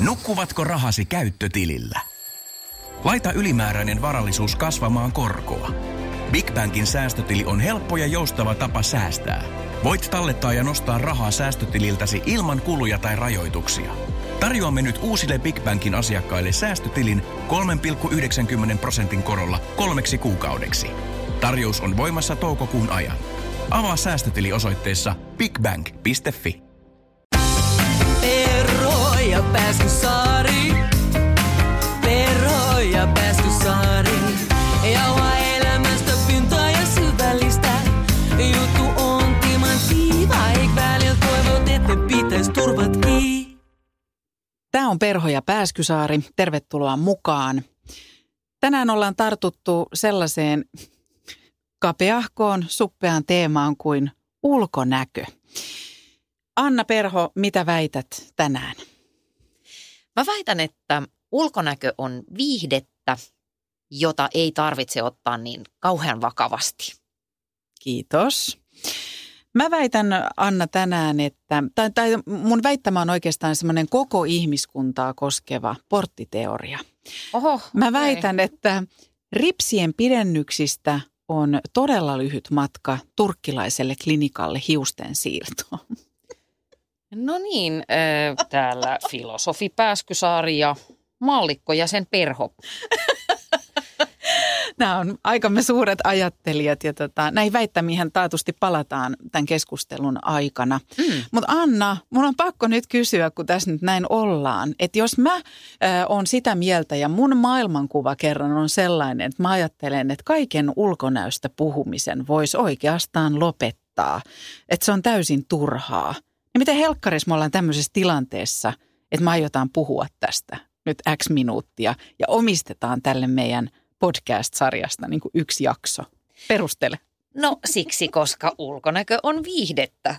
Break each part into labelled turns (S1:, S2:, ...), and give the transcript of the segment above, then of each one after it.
S1: Nukkuvatko rahasi käyttötilillä? Laita ylimääräinen varallisuus kasvamaan korkoa. Big Bankin säästötili on helppo ja joustava tapa säästää. Voit tallettaa ja nostaa rahaa säästötililtäsi ilman kuluja tai rajoituksia. Tarjoamme nyt uusille Big Bankin asiakkaille säästötilin 3,90% korolla 3 kuukaudeksi. Tarjous on voimassa toukokuun ajan. Avaa säästötili osoitteessa bigbank.fi.
S2: Perho ja Pääskysaari. Perho ja Pääskysaari. Jauha elämästä pintaa ja syvällistä. Juttu on timanttiiva, eik välillä toivot, että pitäis turvat kiinni.
S3: Tämä on Perho ja Pääskysaari. Tervetuloa mukaan. Tänään ollaan tartuttu sellaiseen kapeahkoon, suppeaan teemaan kuin ulkonäkö. Anna Perho, mitä väität tänään?
S4: Mä väitän, että ulkonäkö on viihdettä, jota ei tarvitse ottaa niin kauhean vakavasti.
S3: Kiitos. Mä väitän, Anna, tänään, että, tai mun väittämä on oikeastaan semmoinen koko ihmiskuntaa koskeva porttiteoria.
S4: Oho,
S3: Mä väitän, että ripsien pidennyksistä on todella lyhyt matka turkkilaiselle klinikalle hiusten siirtoon.
S4: No niin, täällä filosofi Pääskysaari ja maallikko ja sen Perho.
S3: Nämä on aikamme suuret ajattelijat ja näihin väittämiin taatusti palataan tämän keskustelun aikana. Mutta Anna, mun on pakko nyt kysyä, kun tässä nyt näin ollaan, että jos mä oon sitä mieltä ja mun maailmankuva kerran on sellainen, että mä ajattelen, että kaiken ulkonäöstä puhumisen voisi oikeastaan lopettaa, että se on täysin turhaa. Ja miten helkkarissa me ollaan tämmöisessä tilanteessa, että me aiotaan puhua tästä nyt X minuuttia ja omistetaan tälle meidän podcast-sarjasta niin kuin yksi jakso. Perustele.
S4: No siksi, koska ulkonäkö on viihdettä.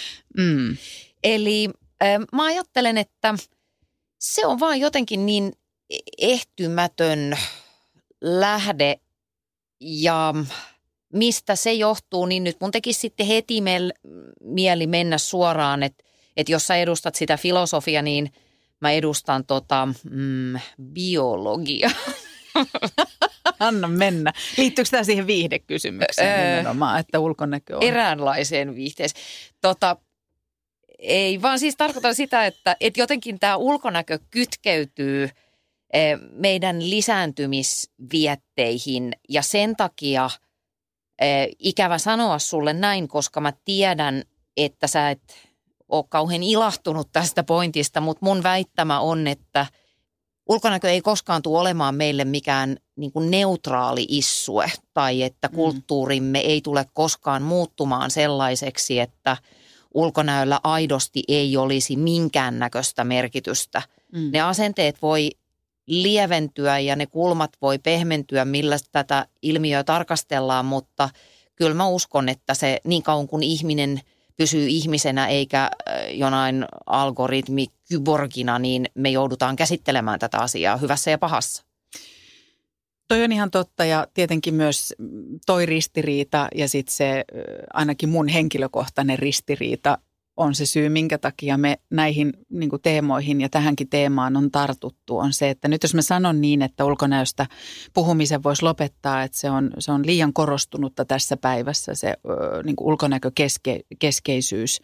S4: Eli mä ajattelen, että se on vaan jotenkin niin ehtymätön lähde ja mistä se johtuu, niin nyt mun tekisi sitten heti mieli mennä suoraan, että jos sä edustat sitä filosofiaa, niin mä edustan biologiaa.
S3: Anna mennä. Liittyykö tämä siihen viihdekysymykseen nimenomaan, että ulkonäkö on?
S4: Eräänlaiseen viihteeseen. Ei, vaan siis tarkoitan sitä, että jotenkin tämä ulkonäkö kytkeytyy meidän lisääntymisvietteihin ja sen takia ikävä sanoa sulle näin, koska mä tiedän, että sä et ole kauhean ilahtunut tästä pointista, mutta mun väittämä on, että ulkonäkö ei koskaan tule olemaan meille mikään niin kuin neutraali issue tai että kulttuurimme ei tule koskaan muuttumaan sellaiseksi, että ulkonäöllä aidosti ei olisi minkäännäköistä merkitystä. Ne asenteet voi lieventyä ja ne kulmat voi pehmentyä, millä tätä ilmiöä tarkastellaan, mutta kyllä mä uskon, että se niin kauan kuin ihminen pysyy ihmisenä eikä jonain algoritmikyborgina, niin me joudutaan käsittelemään tätä asiaa hyvässä ja pahassa.
S3: Toi on ihan totta ja tietenkin myös toi ristiriita ja sitten se ainakin mun henkilökohtainen ristiriita on se syy, minkä takia me näihin niin kuin teemoihin ja tähänkin teemaan on tartuttu, on se, että nyt jos mä sanon niin, että ulkonäöstä puhumisen voisi lopettaa, että se on liian korostunutta tässä päivässä se niin kuin ulkonäkökeskeisyys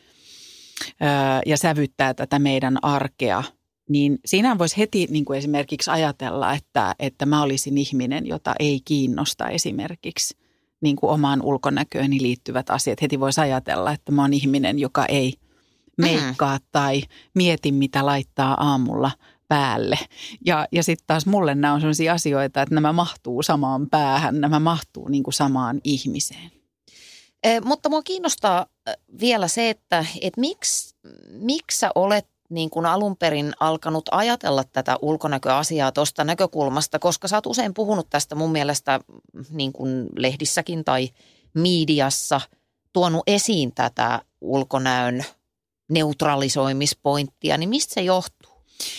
S3: ja sävyttää tätä meidän arkea, niin siinä voisi heti niin kuin esimerkiksi ajatella, että mä olisin ihminen, jota ei kiinnosta esimerkiksi niin kuin omaan ulkonäkööni liittyvät asiat. Heti voisi ajatella, että mä oon ihminen, joka ei meikkaa tai mieti, mitä laittaa aamulla päälle. Ja sitten taas mulle nämä on sellaisia asioita, että nämä mahtuu samaan päähän, nämä mahtuu niin kuin samaan ihmiseen.
S4: Mutta mua kiinnostaa vielä se, että miksi sä olet niin kuin alun perin alkanut ajatella tätä ulkonäköasiaa tuosta näkökulmasta, koska sä oot usein puhunut tästä mun mielestä niin kuin lehdissäkin tai mediassa, tuonut esiin tätä ulkonäön neutralisoimispointtia, niin mistä se johtuu?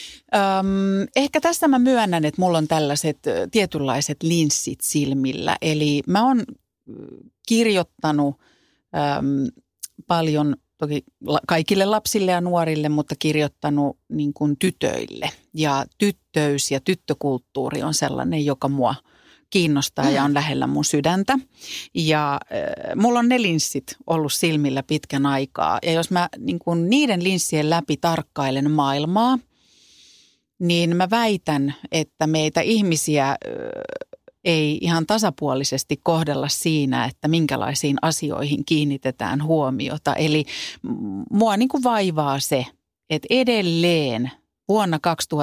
S3: Ehkä tässä mä myönnän, että mulla on tällaiset tietynlaiset linssit silmillä, eli mä oon kirjoittanut paljon toki kaikille lapsille ja nuorille, mutta kirjoittanut niin kuin tytöille. Ja tyttöys ja tyttökulttuuri on sellainen, joka mua kiinnostaa ja on lähellä mun sydäntä. Ja mulla on ne linssit ollut silmillä pitkän aikaa. Ja jos mä niin kuin niiden linssien läpi tarkkailen maailmaa, niin mä väitän, että meitä ihmisiä ei ihan tasapuolisesti kohdella siinä, että minkälaisiin asioihin kiinnitetään huomiota. Eli mua niin kuin vaivaa se, että edelleen vuonna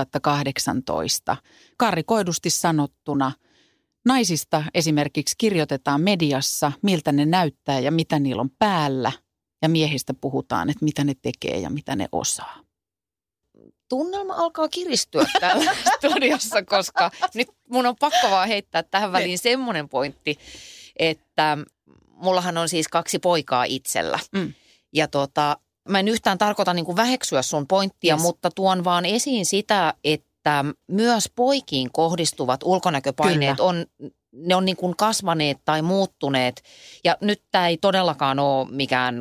S3: 2018 karrikoidusti sanottuna naisista esimerkiksi kirjoitetaan mediassa, miltä ne näyttää ja mitä niillä on päällä, ja miehistä puhutaan, että mitä ne tekee ja mitä ne osaa.
S4: Tunnelma alkaa kiristyä täällä studiossa, koska nyt mun on pakko vaan heittää tähän väliin semmoinen pointti, että mullahan on siis 2 poikaa itsellä. Ja mä en yhtään tarkoita niin kuin väheksyä sun pointtia, mutta tuon vaan esiin sitä, että myös poikiin kohdistuvat ulkonäköpaineet ne on niin kuin kasvaneet tai muuttuneet. Ja nyt tämä ei todellakaan ole mikään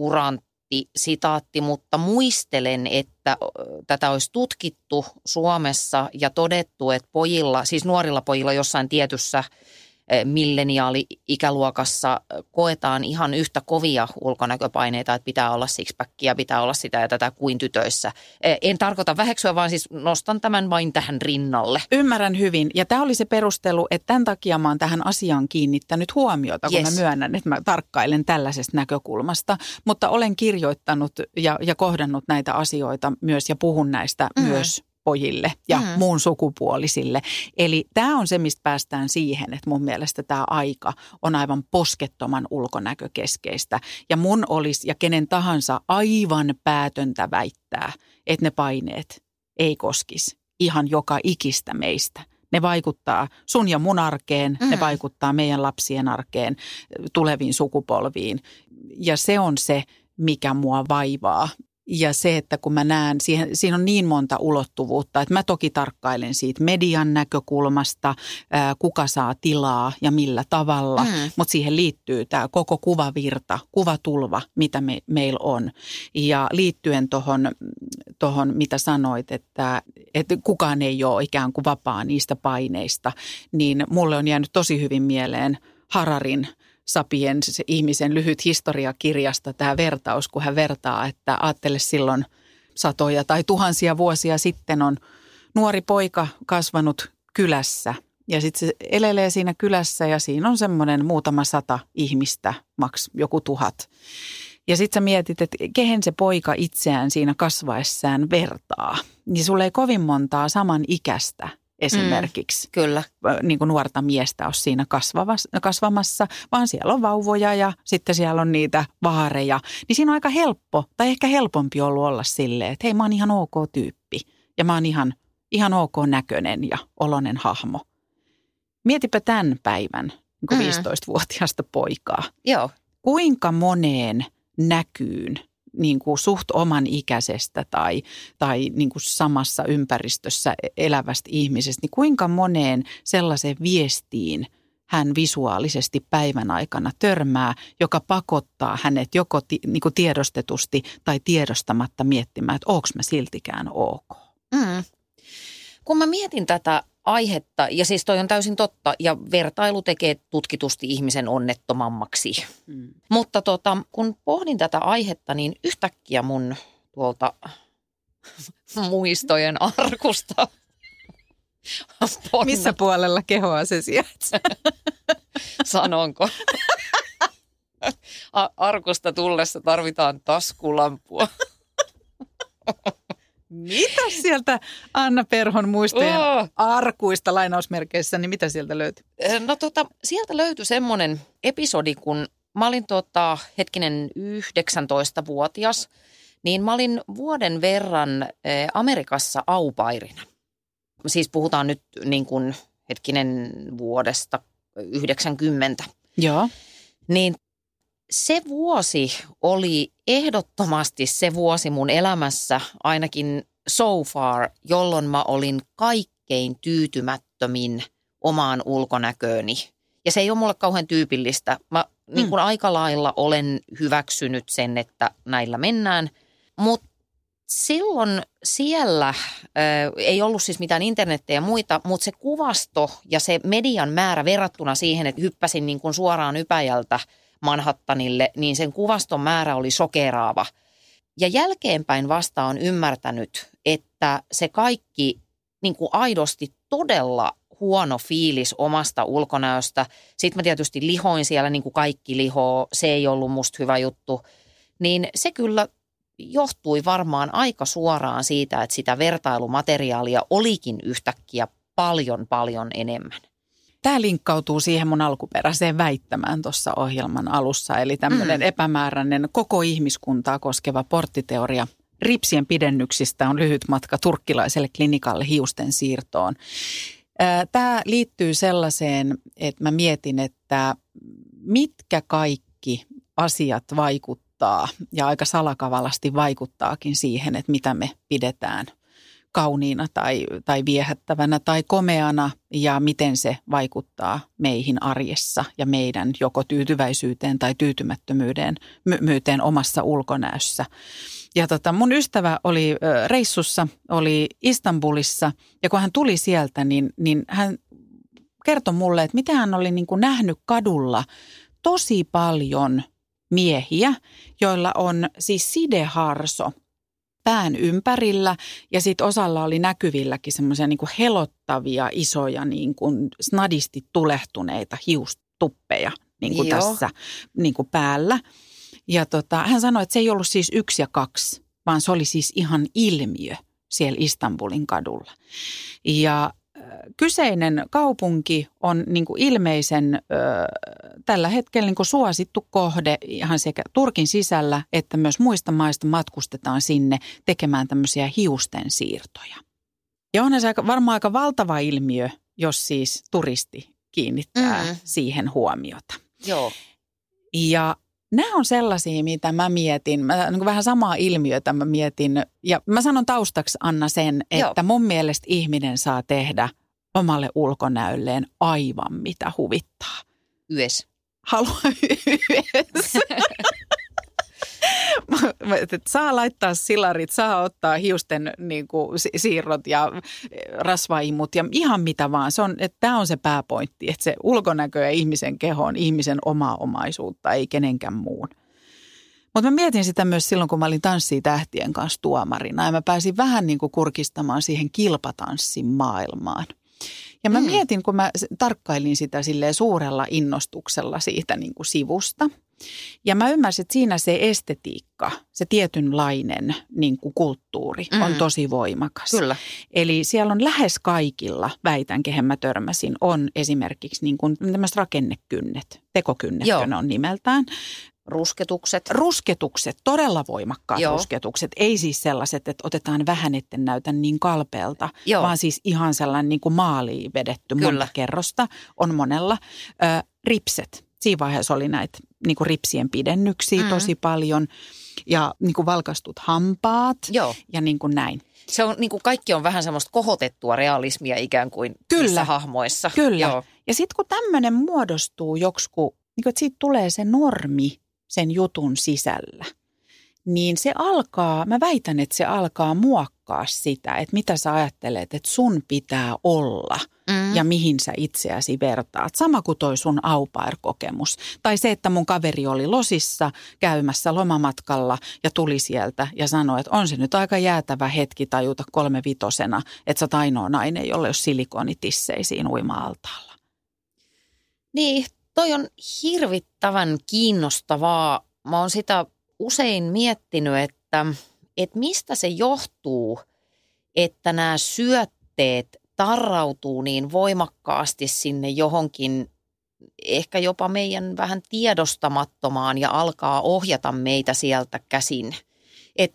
S4: sitaatti, mutta muistelen, että tätä olisi tutkittu Suomessa ja todettu, että pojilla, siis nuorilla pojilla jossain tietyssä milleniaali-ikäluokassa koetaan ihan yhtä kovia ulkonäköpaineita, että pitää olla sixpackia, pitää olla sitä ja tätä kuin tytöissä. En tarkoita väheksyä, vaan siis nostan tämän vain tähän rinnalle.
S3: Ymmärrän hyvin. Ja tämä oli se perustelu, että tämän takia mä oon tähän asiaan kiinnittänyt huomiota, kun mä myönnän, että mä tarkkailen tällaisesta näkökulmasta. Mutta olen kirjoittanut ja kohdannut näitä asioita myös ja puhun näistä myös pojille ja muun sukupuolisille. Eli tämä on se, mistä päästään siihen, että mun mielestä tämä aika on aivan poskettoman ulkonäkökeskeistä. Ja mun olisi ja kenen tahansa aivan päätöntä väittää, että ne paineet ei koskisi ihan joka ikistä meistä. Ne vaikuttaa sun ja mun arkeen, ne vaikuttaa meidän lapsien arkeen, tuleviin sukupolviin. Ja se on se, mikä mua vaivaa. Ja se, että kun mä näen, siinä on niin monta ulottuvuutta, että mä toki tarkkailen siitä median näkökulmasta, kuka saa tilaa ja millä tavalla, mutta siihen liittyy tämä koko kuvavirta, kuvatulva, mitä meillä on. Ja liittyen tohon, mitä sanoit, että kukaan ei ole ikään kuin vapaa niistä paineista, niin mulle on jäänyt tosi hyvin mieleen Hararin Sapiens, ihmisen lyhyt historiakirjasta tämä vertaus, kun hän vertaa, että ajattele silloin satoja tai tuhansia vuosia sitten on nuori poika kasvanut kylässä. Ja sitten se elelee siinä kylässä ja siinä on semmoinen muutama 100 ihmistä, maks joku 1000. Ja sitten sä mietit, että kehen se poika itseään siinä kasvaessaan vertaa. Niin sulla ei kovin montaa saman ikäistä esimerkiksi.
S4: Kyllä.
S3: Niin kuin nuorta miestä ole siinä kasvamassa, vaan siellä on vauvoja ja sitten siellä on niitä vaareja. Niin siinä on aika helppo, tai ehkä helpompi ollut olla silleen, että hei, mä oon ihan ok tyyppi ja mä oon ihan ok näköinen ja oloinen hahmo. Mietipä tämän päivän niin 15-vuotiaasta poikaa.
S4: Joo.
S3: Kuinka moneen näkyyn niin kuin suht oman ikäisestä tai niin kuin samassa ympäristössä elävästä ihmisestä, niin kuinka moneen sellaiseen viestiin hän visuaalisesti päivän aikana törmää, joka pakottaa hänet joko niin kuin tiedostetusti tai tiedostamatta miettimään, että onko mä siltikään ok.
S4: Kun mä mietin tätä aihetta, ja siis toi on täysin totta, ja vertailu tekee tutkitusti ihmisen onnettomammaksi. Mutta kun pohdin tätä aihetta, niin yhtäkkiä mun tuolta muistojen arkusta
S3: Missä puolella kehoa se sijaitsee?
S4: Sanonko? Arkusta tullessa tarvitaan taskulampua.
S3: Mitä sieltä Anna Perhon muistojen arkuista lainausmerkeissä, niin mitä sieltä löytyy?
S4: No sieltä löytyi semmoinen episodi, kun mä olin 19-vuotias, niin mä olin vuoden verran Amerikassa au pairina. Siis puhutaan nyt niin kuin vuodesta 90.
S3: Joo.
S4: Niin se vuosi oli ehdottomasti se vuosi mun elämässä, ainakin so far, jolloin mä olin kaikkein tyytymättömin omaan ulkonäkööni. Ja se ei ole mulle kauhean tyypillistä. Mä niin kuin aika lailla olen hyväksynyt sen, että näillä mennään. Mutta silloin siellä ei ollut siis mitään internettiä ja muita, mutta se kuvasto ja se median määrä verrattuna siihen, että hyppäsin niin kuin suoraan Ypäjältä Manhattanille, niin sen kuvaston määrä oli shokeraava. Ja jälkeenpäin vasta on ymmärtänyt, että se kaikki niin kuin aidosti todella huono fiilis omasta ulkonäöstä. Sitten mä tietysti lihoin siellä niin kuin kaikki lihoo, se ei ollut musta hyvä juttu. Niin se kyllä johtui varmaan aika suoraan siitä, että sitä vertailumateriaalia olikin yhtäkkiä paljon enemmän.
S3: Tämä linkkautuu siihen mun alkuperäiseen väittämään tuossa ohjelman alussa, eli tämmöinen epämääräinen koko ihmiskuntaa koskeva porttiteoria ripsien pidennyksistä on lyhyt matka turkkilaiselle klinikalle hiusten siirtoon. Tämä liittyy sellaiseen, että mä mietin, että mitkä kaikki asiat vaikuttaa ja aika salakavalasti vaikuttaakin siihen, että mitä me pidetään kauniina tai viehättävänä tai komeana ja miten se vaikuttaa meihin arjessa ja meidän joko tyytyväisyyteen tai tyytymättömyyteen omassa ulkonäössä. Ja mun ystävä oli reissussa, oli Istanbulissa ja kun hän tuli sieltä, niin hän kertoi mulle, että mitä hän oli niin kuin nähnyt kadulla tosi paljon miehiä, joilla on siis sideharso pään ympärillä ja sitten osalla oli näkyvilläkin semmoisia niin kuin helottavia, isoja, niin kuin snadisti tulehtuneita hiustuppeja niin kuin tässä niin kuin päällä. Ja hän sanoi, että se ei ollut siis 1 ja 2, vaan se oli siis ihan ilmiö siellä Istanbulin kadulla. Ja kyseinen kaupunki on niin kuin ilmeisen tällä hetkellä niin kuin suosittu kohde ihan sekä Turkin sisällä että myös muista maista matkustetaan sinne tekemään tämmöisiä hiusten siirtoja. Ja onhan se varmaan aika valtava ilmiö, jos siis turisti kiinnittää siihen huomiota.
S4: Joo.
S3: Ja nämä on sellaisia, mitä mä mietin, niin vähän samaa ilmiötä mä mietin ja mä sanon taustaksi Anna sen, että mun mielestä ihminen saa tehdä omalle ulkonäölleen aivan mitä huvittaa.
S4: Yes.
S3: Haluan yes. Saa laittaa silarit, saa ottaa hiusten niin kuin, siirrot ja rasvaimut ja ihan mitä vaan. Tämä on se pääpointti, että se ulkonäkö ja ihmisen keho on ihmisen omaa omaisuutta, ei kenenkään muun. Mutta mä mietin sitä myös silloin, kun mä olin Tanssii tähtien kanssa tuomarina ja mä pääsin vähän niin kuin kurkistamaan siihen kilpatanssin maailmaan. Ja mä mietin, kun mä tarkkailin sitä silleen suurella innostuksella siitä niin kuin sivusta. Ja mä ymmärsin, että siinä se estetiikka, se tietynlainen niin kuin kulttuuri on tosi voimakas.
S4: Kyllä.
S3: Eli siellä on lähes kaikilla, väitän, kehen mä törmäsin, on esimerkiksi niin kuin tämmöiset rakennekynnet, tekokynnet ne on nimeltään. Rusketukset, todella voimakkaat rusketukset. Ei siis sellaiset, että otetaan vähän, etten näytä niin kalpealta, vaan siis ihan sellainen niin kuin maaliin vedetty monta kerrosta on monella. Ripset. Siinä vaiheessa oli näitä niin kuin ripsien pidennyksiä tosi paljon ja niin kuin valkastut hampaat ja niin kuin näin.
S4: Se on niin kuin kaikki on vähän semmoista kohotettua realismia ikään kuin niissä hahmoissa.
S3: Kyllä. Joo. Ja sitten kun tämmöinen muodostuu joksikin, niin että siitä tulee se normi sen jutun sisällä, niin se alkaa, mä väitän, että se alkaa muokkaa sitä, että mitä sä ajattelet, että sun pitää olla ja mihin sä itseäsi vertaat. Sama kuin toi sun au pair-kokemus. Tai se, että mun kaveri oli losissa käymässä lomamatkalla ja tuli sieltä ja sanoi, että on se nyt aika jäätävä hetki tajuta 3-5, että sä oot ainoa nainen, jolle jos silikonitissejä uima-altaalla.
S4: Niin, toi on hirvittävän kiinnostavaa. Mä oon sitä usein miettinyt, että mistä se johtuu, että nämä syötteet tarrautuu niin voimakkaasti sinne johonkin ehkä jopa meidän vähän tiedostamattomaan ja alkaa ohjata meitä sieltä käsin. Että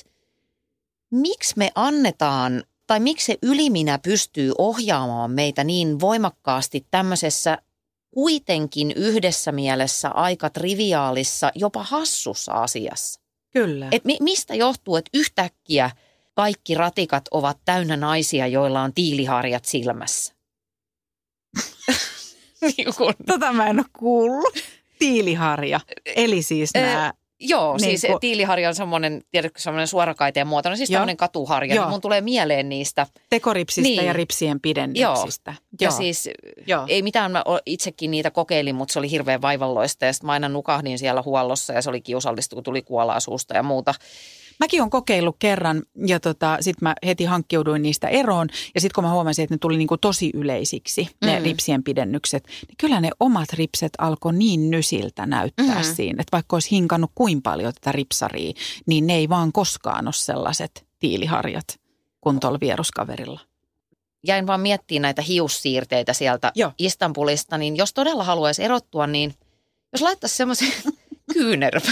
S4: miksi me annetaan tai miksi se yliminä pystyy ohjaamaan meitä niin voimakkaasti tämmöisessä kuitenkin yhdessä mielessä aika triviaalissa, jopa hassussa asiassa.
S3: Kyllä.
S4: Et mistä johtuu, että yhtäkkiä kaikki ratikat ovat täynnä naisia, joilla on tiiliharjat silmässä?
S3: Mä en ole kuullut. Tiiliharja, eli siis nämä...
S4: Joo,
S3: niin
S4: siis tiiliharja on semmoinen, tiedätkö, semmoinen suorakaiteen muotoinen, siis tämmöinen katuharja. Niin mun tulee mieleen niistä.
S3: Tekoripsistä ja ripsien pidennyksistä.
S4: Ja siis ei mitään, mä itsekin niitä kokeilin, mutta se oli hirveän vaivalloista. Ja sitten mä aina nukahdin siellä huollossa ja se oli kiusallista, kun tuli kuolaa suusta ja muuta.
S3: Mäkin olen kokeillut kerran ja sitten mä heti hankkiuduin niistä eroon. Ja sitten kun mä huomasin, että ne tuli niinku tosi yleisiksi, ne ripsien pidennykset, niin kyllä ne omat ripset alkoi niin nysiltä näyttää siinä. Että vaikka olisi hinkannut kuin paljon tätä ripsaria, niin ne ei vaan koskaan ole sellaiset tiiliharjat kuin tuolla vieruskaverilla.
S4: Jäin vaan miettimään näitä hiussiirteitä sieltä Istanbulista, niin jos todella haluaisi erottua, niin jos laittaisi semmoisen kyynärpän.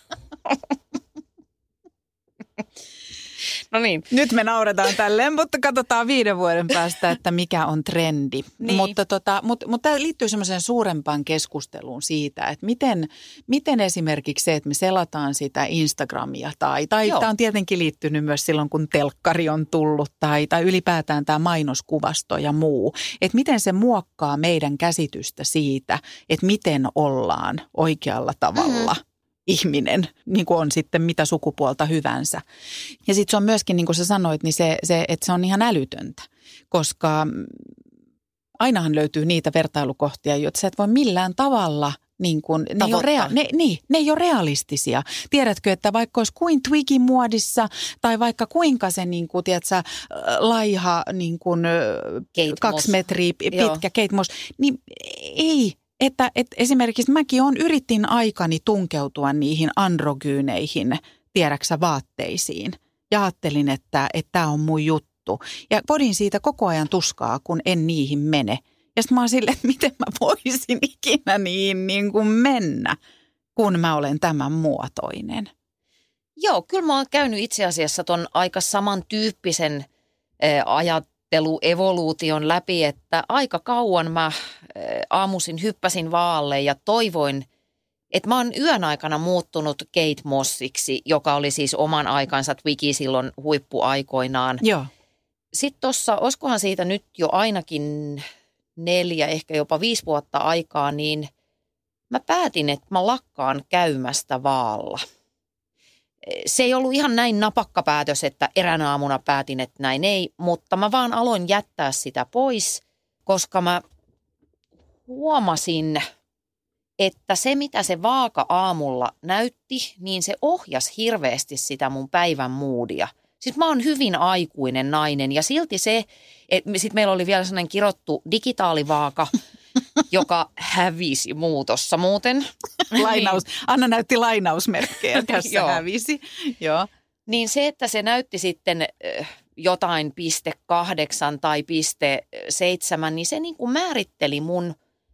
S4: No niin.
S3: Nyt me nauretaan tälleen, mutta katsotaan 5 vuoden päästä, että mikä on trendi.
S4: Niin.
S3: Mutta tämä liittyy semmoiseen suurempaan keskusteluun siitä, että miten esimerkiksi se, että me selataan sitä Instagramia tai tämä on tietenkin liittynyt myös silloin, kun telkkari on tullut tai ylipäätään tämä mainoskuvasto ja muu. Että miten se muokkaa meidän käsitystä siitä, että miten ollaan oikealla tavalla. Ihminen, niin kuin on sitten mitä sukupuolta hyvänsä. Ja sitten se on myöskin, niin kuin sä sanoit, niin se, että se on ihan älytöntä, koska ainahan löytyy niitä vertailukohtia, joita sä et voi millään tavalla, niin kuin, ne ei ole realistisia. Tiedätkö, että vaikka olisi kuin Twiggy-muodissa tai vaikka kuinka se, niin kuin, tiedätkö, laiha, niin kuin 2 metriä pitkä Kate Moss, niin ei. Että esimerkiksi mäkin yritin aikani tunkeutua niihin androgyyneihin, tiedäksä, vaatteisiin. Ja ajattelin, että tämä on mun juttu. Ja podin siitä koko ajan tuskaa, kun en niihin mene. Ja sitten mä oon silleen, että miten mä voisin ikinä niin kuin mennä, kun mä olen tämän muotoinen.
S4: Joo, kyllä mä oon käynyt itse asiassa ton aika samantyyppisen evoluution läpi, että aika kauan mä aamuisin hyppäsin vaalle ja toivoin, että mä oon yön aikana muuttunut Kate Mossiksi, joka oli siis oman aikansa Twiggy silloin huippuaikoinaan.
S3: Joo.
S4: Sitten tuossa, olisikohan siitä nyt jo ainakin 4, ehkä jopa 5 vuotta aikaa, niin mä päätin, että mä lakkaan käymästä vaalla. Se ei ollut ihan näin napakka päätös, että eräänä aamuna päätin, että näin ei, mutta mä vaan aloin jättää sitä pois, koska mä huomasin, että se mitä se vaaka aamulla näytti, niin se ohjasi hirveästi sitä mun päivän moodia. Siis mä oon hyvin aikuinen nainen ja silti se, että sitten meillä oli vielä sellainen kirottu digitaalivaaka, joka hävisi muutossa muuten.
S3: Anna näytti lainausmerkkejä, tässä hävisi. Joo.
S4: Niin se, että se näytti sitten jotain 0,8 tai 0,7, niin se niin kuin määritteli mun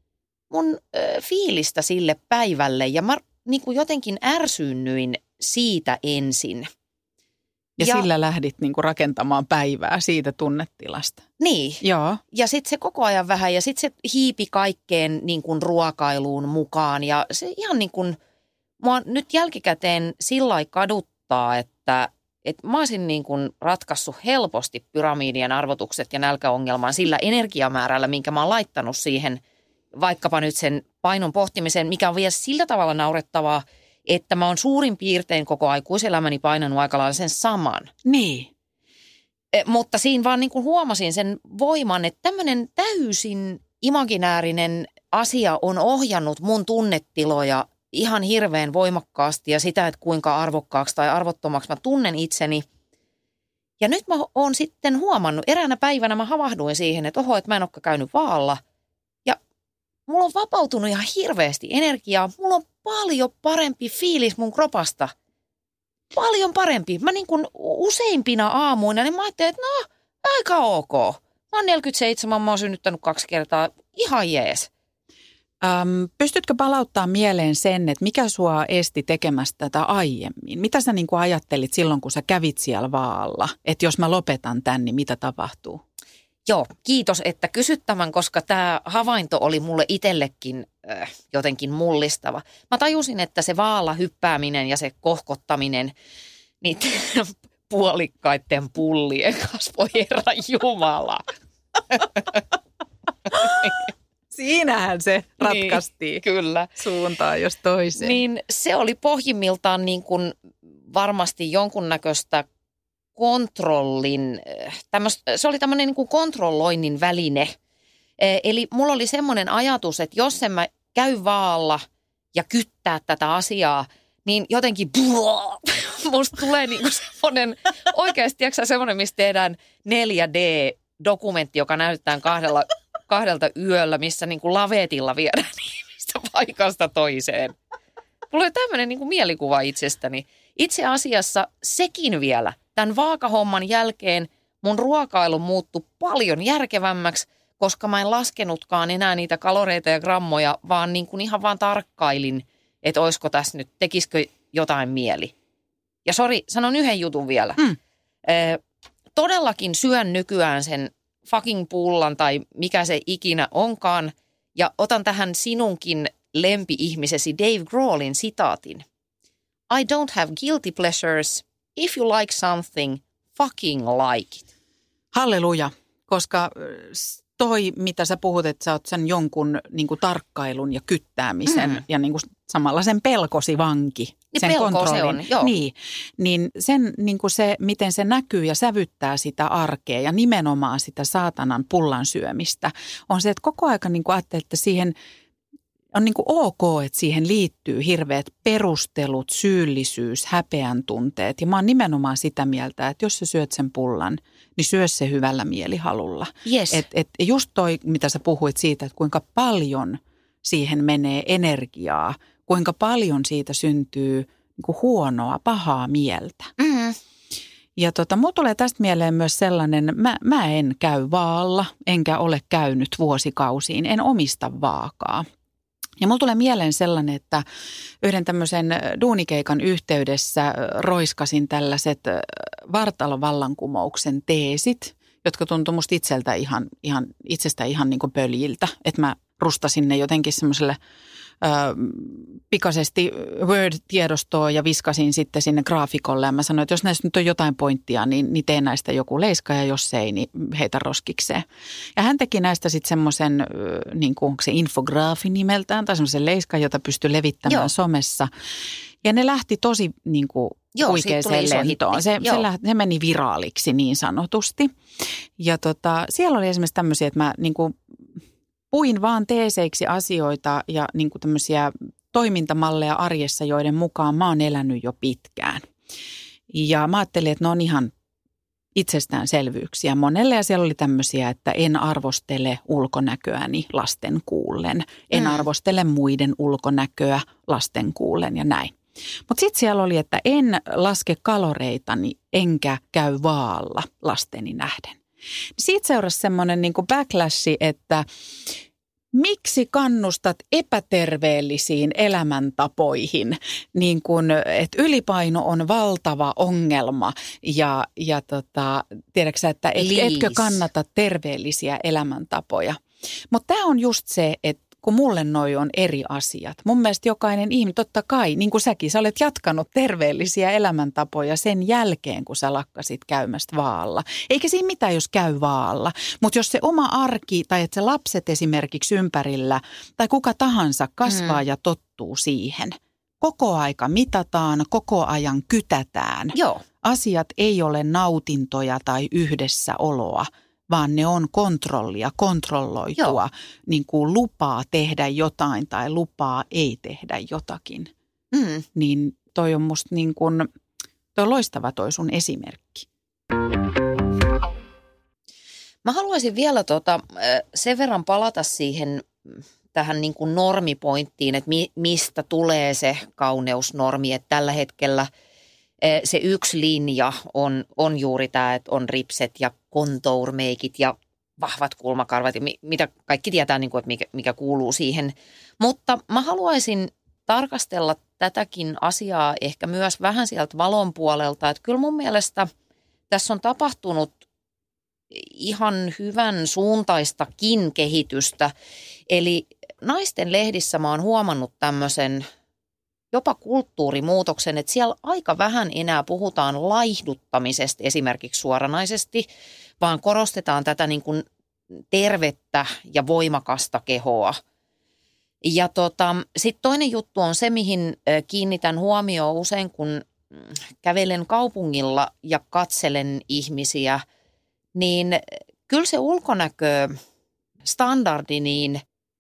S4: fiilistä sille päivälle. Ja mä niin kuin jotenkin ärsyynnyin siitä ensin.
S3: Ja sillä lähdit niinku rakentamaan päivää siitä tunnetilasta.
S4: Niin.
S3: Joo.
S4: Ja sitten se koko ajan vähän ja sitten se hiipi kaikkeen niin kuin ruokailuun mukaan. Ja se ihan niin kuin, mua nyt jälkikäteen sillä lailla kaduttaa, että mä olisin niin kuin ratkaissut helposti pyramidien arvotukset ja nälkäongelman sillä energiamäärällä, minkä mä oon laittanut siihen vaikkapa nyt sen painon pohtimiseen, mikä on vielä sillä tavalla naurettavaa, että mä oon suurin piirtein koko aikuiselämäni painanut aika lailla sen saman.
S3: Niin.
S4: Mutta siinä vaan niin kuin huomasin sen voiman, että tämmöinen täysin imaginäärinen asia on ohjannut mun tunnetiloja ihan hirveän voimakkaasti ja sitä, että kuinka arvokkaaksi tai arvottomaksi mä tunnen itseni. Ja nyt mä oon sitten huomannut, eräänä päivänä mä havahduin siihen, että oho, että mä en olekaan käynyt vaalla. Ja mulla on vapautunut ihan hirveästi energiaa. Mulla on paljon parempi fiilis mun kropasta. Paljon parempi. Mä niin kuin useimpina aamuina, niin mä ajattelin, että no, aika ok. Mä oon 47, mä oon synnyttänyt 2 kertaa. Ihan jees.
S3: Pystytkö palauttaa mieleen sen, että mikä sua esti tekemästä tätä aiemmin? Mitä sä niin kuin ajattelit silloin, kun sä kävit siellä vaalla? Että jos mä lopetan tän, niin mitä tapahtuu?
S4: Joo, kiitos, että kysyt tämän, koska tämä havainto oli mulle itsellekin jotenkin mullistava. Mä tajusin, että se vaalla hyppääminen ja se kohkottaminen niiden puolikkaiden pullien kanssa, voi Herran Jumala.
S3: Siinähän se ratkaistiin.
S4: Niin, kyllä.
S3: Suuntaan jos toiseen.
S4: Niin se oli pohjimmiltaan niin kuin varmasti jonkunnäköistä se oli tämmöinen niin kuin kontrolloinnin väline. Eli mulla oli semmoinen ajatus, että jos en mä käy vaalla ja kyttää tätä asiaa, niin jotenkin musta tulee niin kuin semmoinen, oikeasti tiedätkö semmoinen, mistä tehdään 4D-dokumentti, joka näytetään kahdelta yöllä, missä niin kuin lavetilla viedään ihmistä paikasta toiseen. Mulla oli tämmöinen niin kuin mielikuva itsestäni. Itse asiassa sekin vielä. Tämän vaakahomman jälkeen mun ruokailu muuttui paljon järkevämmäksi, koska mä en laskenutkaan enää niitä kaloreita ja grammoja, vaan niin kuin ihan vaan tarkkailin, että olisiko tässä nyt, tekisikö jotain mieli. Ja sori, sanon yhden jutun vielä. Todellakin syön nykyään sen fucking pullan tai mikä se ikinä onkaan, ja otan tähän sinunkin lempi-ihmisesi Dave Grohlin sitaatin. I don't have guilty pleasures. If you like something, fucking like it.
S3: Halleluja, koska toi, mitä sä puhut, että sä oot sen jonkun niin kuin tarkkailun ja kyttäämisen ja niin kuin samalla sen pelkosi vanki.
S4: Niin
S3: sen
S4: pelko
S3: kontrollin.
S4: se on, joo.
S3: Niin sen niin kuin se, miten se näkyy ja sävyttää sitä arkea ja nimenomaan sitä saatanan pullan syömistä, on se, että koko aika niin kuin ajattelee, että siihen on niin kuin ok, että siihen liittyy hirveät perustelut, syyllisyys, häpeän tunteet. Ja mä oon nimenomaan sitä mieltä, että jos sä syöt sen pullan, niin syö se hyvällä mielihalulla.
S4: Yes.
S3: Et just toi, mitä sä puhuit siitä, että kuinka paljon siihen menee energiaa, kuinka paljon siitä syntyy niin kuin huonoa, pahaa mieltä.
S4: Mm-hmm.
S3: Ja mulla tulee tästä mieleen myös sellainen, mä en käy vaalla, enkä ole käynyt vuosikausiin, en omista vaakaa. Ja mulla tulee mieleen sellainen, että yhden tämmöisen duunikeikan yhteydessä roiskasin tällaiset vartalovallankumouksen teesit, jotka tuntui musta itsestä ihan niin kuin pöljiltä. Että mä rustasin ne jotenkin semmoiselle pikaisesti Word-tiedostoon ja viskasin sitten sinne graafikolle. Ja mä sanoin, että jos näistä nyt on jotain pointtia, niin tee näistä joku leiska ja jos ei, niin heitä roskikseen. Ja hän teki näistä sitten semmoisen, niin kuin se infograafi nimeltään, tai semmoisen leiskan, jota pystyi levittämään somessa. Ja ne lähti tosi niin kuin huikeeseen lentoon. Se meni viraaliksi niin sanotusti. Ja siellä oli esimerkiksi tämmöisiä, että mä niin kuin puin vaan teeseiksi asioita ja niin kuin tämmöisiä toimintamalleja arjessa, joiden mukaan mä oon elänyt jo pitkään. Ja mä ajattelin, että ne on ihan itsestäänselvyyksiä monelle. Ja siellä oli tämmöisiä, että en arvostele ulkonäköäni lasten kuullen. En arvostele muiden ulkonäköä lasten kuullen ja näin. Mutta sitten siellä oli, että en laske kaloreitani enkä käy vaalla lasteni nähden. Siitä seurasi semmoinen niin kuin backlashi, että miksi kannustat epäterveellisiin elämäntapoihin, niin kuin, että ylipaino on valtava ongelma ja tiedätkö sä, että etkö kannata terveellisiä elämäntapoja. Mutta tämä on just se, että kun mulle noi on eri asiat. Mun mielestä jokainen ihminen, totta kai, niin kuin säkin, sä olet jatkanut terveellisiä elämäntapoja sen jälkeen, kun sä lakkasit käymästä vaalla. Eikä siinä mitään, jos käy vaalla. Mutta jos se oma arki tai että se lapset esimerkiksi ympärillä tai kuka tahansa kasvaa ja tottuu siihen. Koko aika mitataan, koko ajan kytätään.
S4: Joo.
S3: Asiat ei ole nautintoja tai yhdessäoloa, vaan ne on kontrollia, kontrolloitua, niin kuin lupaa tehdä jotain tai lupaa ei tehdä jotakin. Niin toi on musta niin kuin, toi on loistava toi sun esimerkki.
S4: Mä haluaisin vielä sen verran palata siihen tähän niin kuin normipointtiin, että mistä tulee se kauneusnormi, että tällä hetkellä se yksi linja on juuri tämä, että on ripset ja contour-meikit ja vahvat kulmakarvat ja mitä kaikki tietää, niin kuin, että mikä kuuluu siihen. Mutta mä haluaisin tarkastella tätäkin asiaa ehkä myös vähän sieltä valon puolelta, että kyllä mun mielestä tässä on tapahtunut ihan hyvän suuntaistakin kehitystä. Eli naisten lehdissä mä oon huomannut tämmöisen jopa kulttuurimuutoksen, että siellä aika vähän enää puhutaan laihduttamisesta esimerkiksi suoranaisesti, vaan korostetaan tätä niin kuin tervettä ja voimakasta kehoa. Ja sitten toinen juttu on se, mihin kiinnitän huomioon usein, kun kävelen kaupungilla ja katselen ihmisiä, niin kyllä se ulkonäkö standardi, niin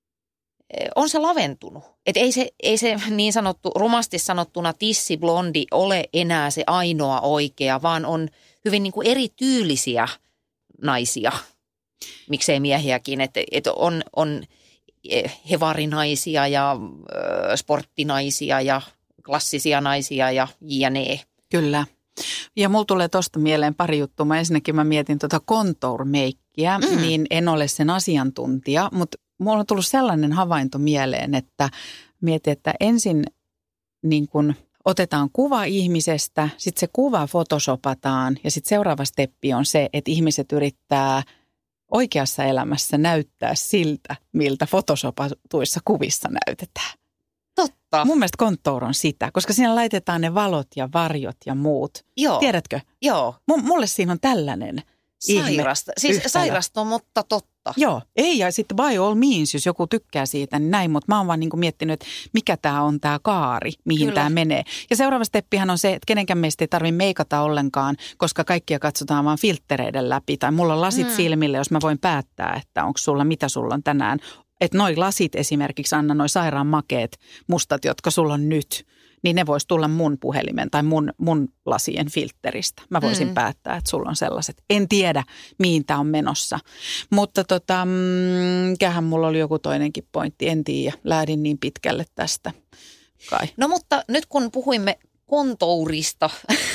S4: on se laventunut. Et ei se niin sanottu, rumasti sanottuna tissiblondi ole enää se ainoa oikea, vaan on hyvin niin kuin erityylisiä naisia. Miksei miehiäkin, että on hevarinaisia ja sporttinaisia ja klassisia naisia ja jne.
S3: Kyllä. Ja mulla tulee tuosta mieleen pari juttua. Ensinnäkin mä mietin contour-meikkiä, niin en ole sen asiantuntija, mutta mulla on tullut sellainen havainto mieleen, että mietin, että ensin niin kun otetaan kuva ihmisestä, sitten se kuva photoshopataan ja sitten seuraava steppi on se, että ihmiset yrittää oikeassa elämässä näyttää siltä, miltä photoshopatuissa kuvissa näytetään.
S4: Totta.
S3: Mun mielestä contour on sitä, koska siinä laitetaan ne valot ja varjot ja muut.
S4: Joo.
S3: Tiedätkö?
S4: Joo.
S3: Mulle siinä on tällainen
S4: sairasta. Siis sairasta, mutta totta.
S3: Joo, ei ja sitten by all means, jos joku tykkää siitä, niin näin, mutta mä oon vaan niin kuin miettinyt, että mikä tämä on tämä kaari, mihin tämä menee. Ja seuraava steppihän on se, että kenenkään meistä ei tarvitse meikata ollenkaan, koska kaikkia katsotaan vaan filttereiden läpi. Tai mulla on lasit silmille, jos mä voin päättää, että onko sulla, mitä sulla on tänään. Että noi lasit esimerkiksi, Anna, noi sairaan makeet mustat, jotka sulla on nyt, niin ne vois tulla mun puhelimen tai mun lasien filtteristä. Mä voisin päättää, että sulla on sellaiset. En tiedä, mihin tämä on menossa. Mutta mikähän mulla oli joku toinenkin pointti, en tiedä. Lähdin niin pitkälle tästä kai.
S4: No mutta nyt kun puhuimme kontourista,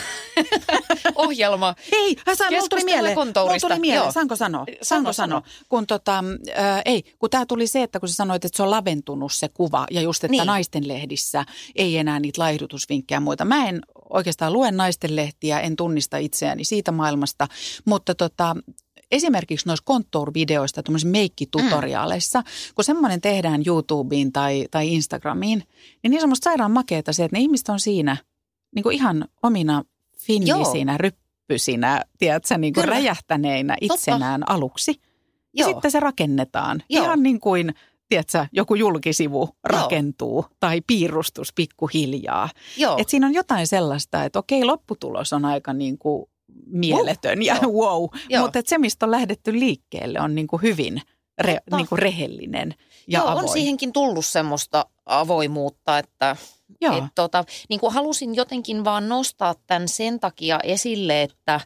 S4: ohjelma.
S3: Hei, mulla tuli mieleen. Saanko sanoa? Kun kun tää tuli se, että kun sä sanoit, että se on laventunut se kuva ja just, että naisten lehdissä ei enää niitä laihdutusvinkkejä ja muita. Mä en oikeastaan lue naisten lehtiä, en tunnista itseäni siitä maailmasta, mutta esimerkiksi noissa contour-videoista, tuommoisissa meikkitutoriaaleissa, kun semmoinen tehdään YouTubeen tai Instagramiin, niin on semmoista sairaan makeeta se, että ne ihmiset on siinä niin kuin ihan omina finnisinä, ryppysinä, tiedätkö, niin kuin räjähtäneinä itsenään aluksi. Ja sitten se rakennetaan. Ihan niin kuin, tiedätkö, joku julkisivu rakentuu tai piirustus pikkuhiljaa. Että siinä on jotain sellaista, että okei, lopputulos on aika niin kuin mieletön ja wow. Mutta se, mistä on lähdetty liikkeelle, on niin kuin hyvin niin kuin rehellinen ja avoin.
S4: On siihenkin tullut semmoista avoimuutta, että niin kuin halusin jotenkin vaan nostaa tämän sen takia esille, että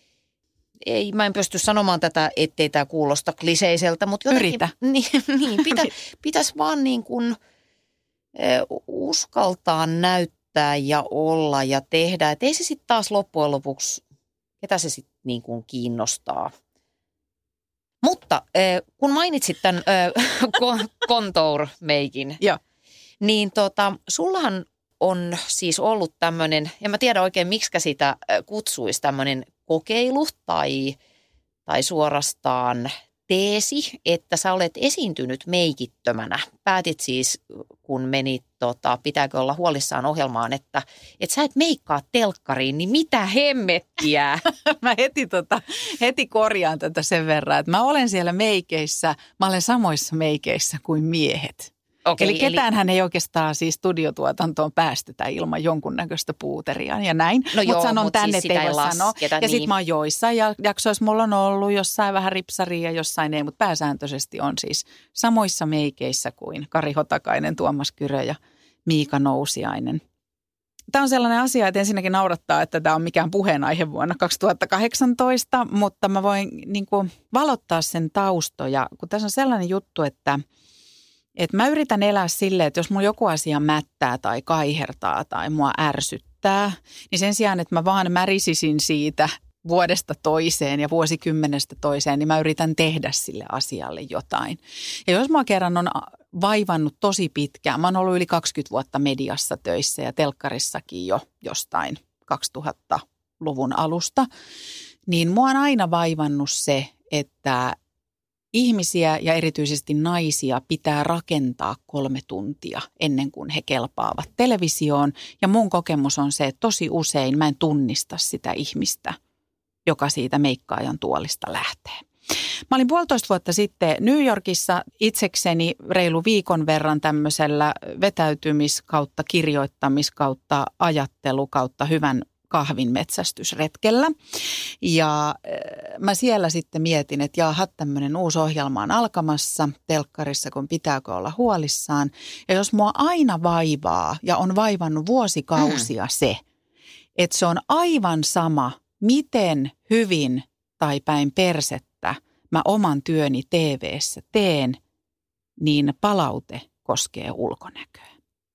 S4: mä en pysty sanomaan tätä, ettei tämä kuulosta kliseiseltä, mutta jotenkin
S3: yritä.
S4: Pitäisi vaan niin kuin uskaltaa näyttää ja olla ja tehdä. Et ei se sitten taas loppujen lopuksi, ketä se sitten niin kuin kiinnostaa. Mutta kun mainitsit tämän contour-meikin, niin sullahan on siis ollut tämmöinen, en mä tiedä oikein miksikä sitä kutsuisi, tämmöinen kokeilu tai suorastaan teesi, että sä olet esiintynyt meikittömänä. Päätit siis, kun menit, pitääkö olla huolissaan ohjelmaan, että sä et meikkaa telkkariin, niin mitä hemmettiä?
S3: Mä heti korjaan tätä sen verran, että mä olen siellä meikeissä, mä olen samoissa meikeissä kuin miehet.
S4: Okay,
S3: eli ketäänhän ei oikeastaan siis studiotuotantoon päästetä ilman jonkunnäköistä puuteria ja näin.
S4: No
S3: mutta sanon tänne,
S4: siis
S3: ettei voi sanoa. Ja
S4: niin.
S3: sitten mä oon joissain jaksoissa mulla on ollut jossain vähän ripsaria ja jossain ei, mutta pääsääntöisesti on siis samoissa meikeissä kuin Kari Hotakainen, Tuomas Kyrö ja Miika Nousiainen. Tämä on sellainen asia, että ensinnäkin naurattaa, että tämä on mikään puheenaihe vuonna 2018, mutta mä voin niin kuin valottaa sen taustoja, kun tässä on sellainen juttu, että mä yritän elää silleen, että jos mun joku asia mättää tai kaihertaa tai mua ärsyttää, niin sen sijaan, että mä vaan märisisin siitä vuodesta toiseen ja vuosikymmenestä toiseen, niin mä yritän tehdä sille asialle jotain. Ja jos mua kerran on vaivannut tosi pitkään, mä oon ollut yli 20 vuotta mediassa töissä ja telkkarissakin jo jostain 2000-luvun alusta, niin mua on aina vaivannut se, että ihmisiä ja erityisesti naisia pitää rakentaa 3 tuntia ennen kuin he kelpaavat televisioon. Ja mun kokemus on se, että tosi usein mä en tunnista sitä ihmistä, joka siitä meikkaajan tuolista lähtee. Mä olin 1,5 vuotta sitten New Yorkissa itsekseni reilu viikon verran tämmöisellä vetäytymiskautta, kirjoittamiskautta, ajattelukautta hyvän kahvin metsästysretkellä. Ja mä siellä sitten mietin, että jaha, tämmöinen uusi ohjelma on alkamassa telkkarissa, kun pitääkö olla huolissaan. Ja jos mua aina vaivaa ja on vaivannut vuosikausia se, että se on aivan sama, miten hyvin tai päin persettä mä oman työni TV:ssä teen, niin palaute koskee ulkonäköä.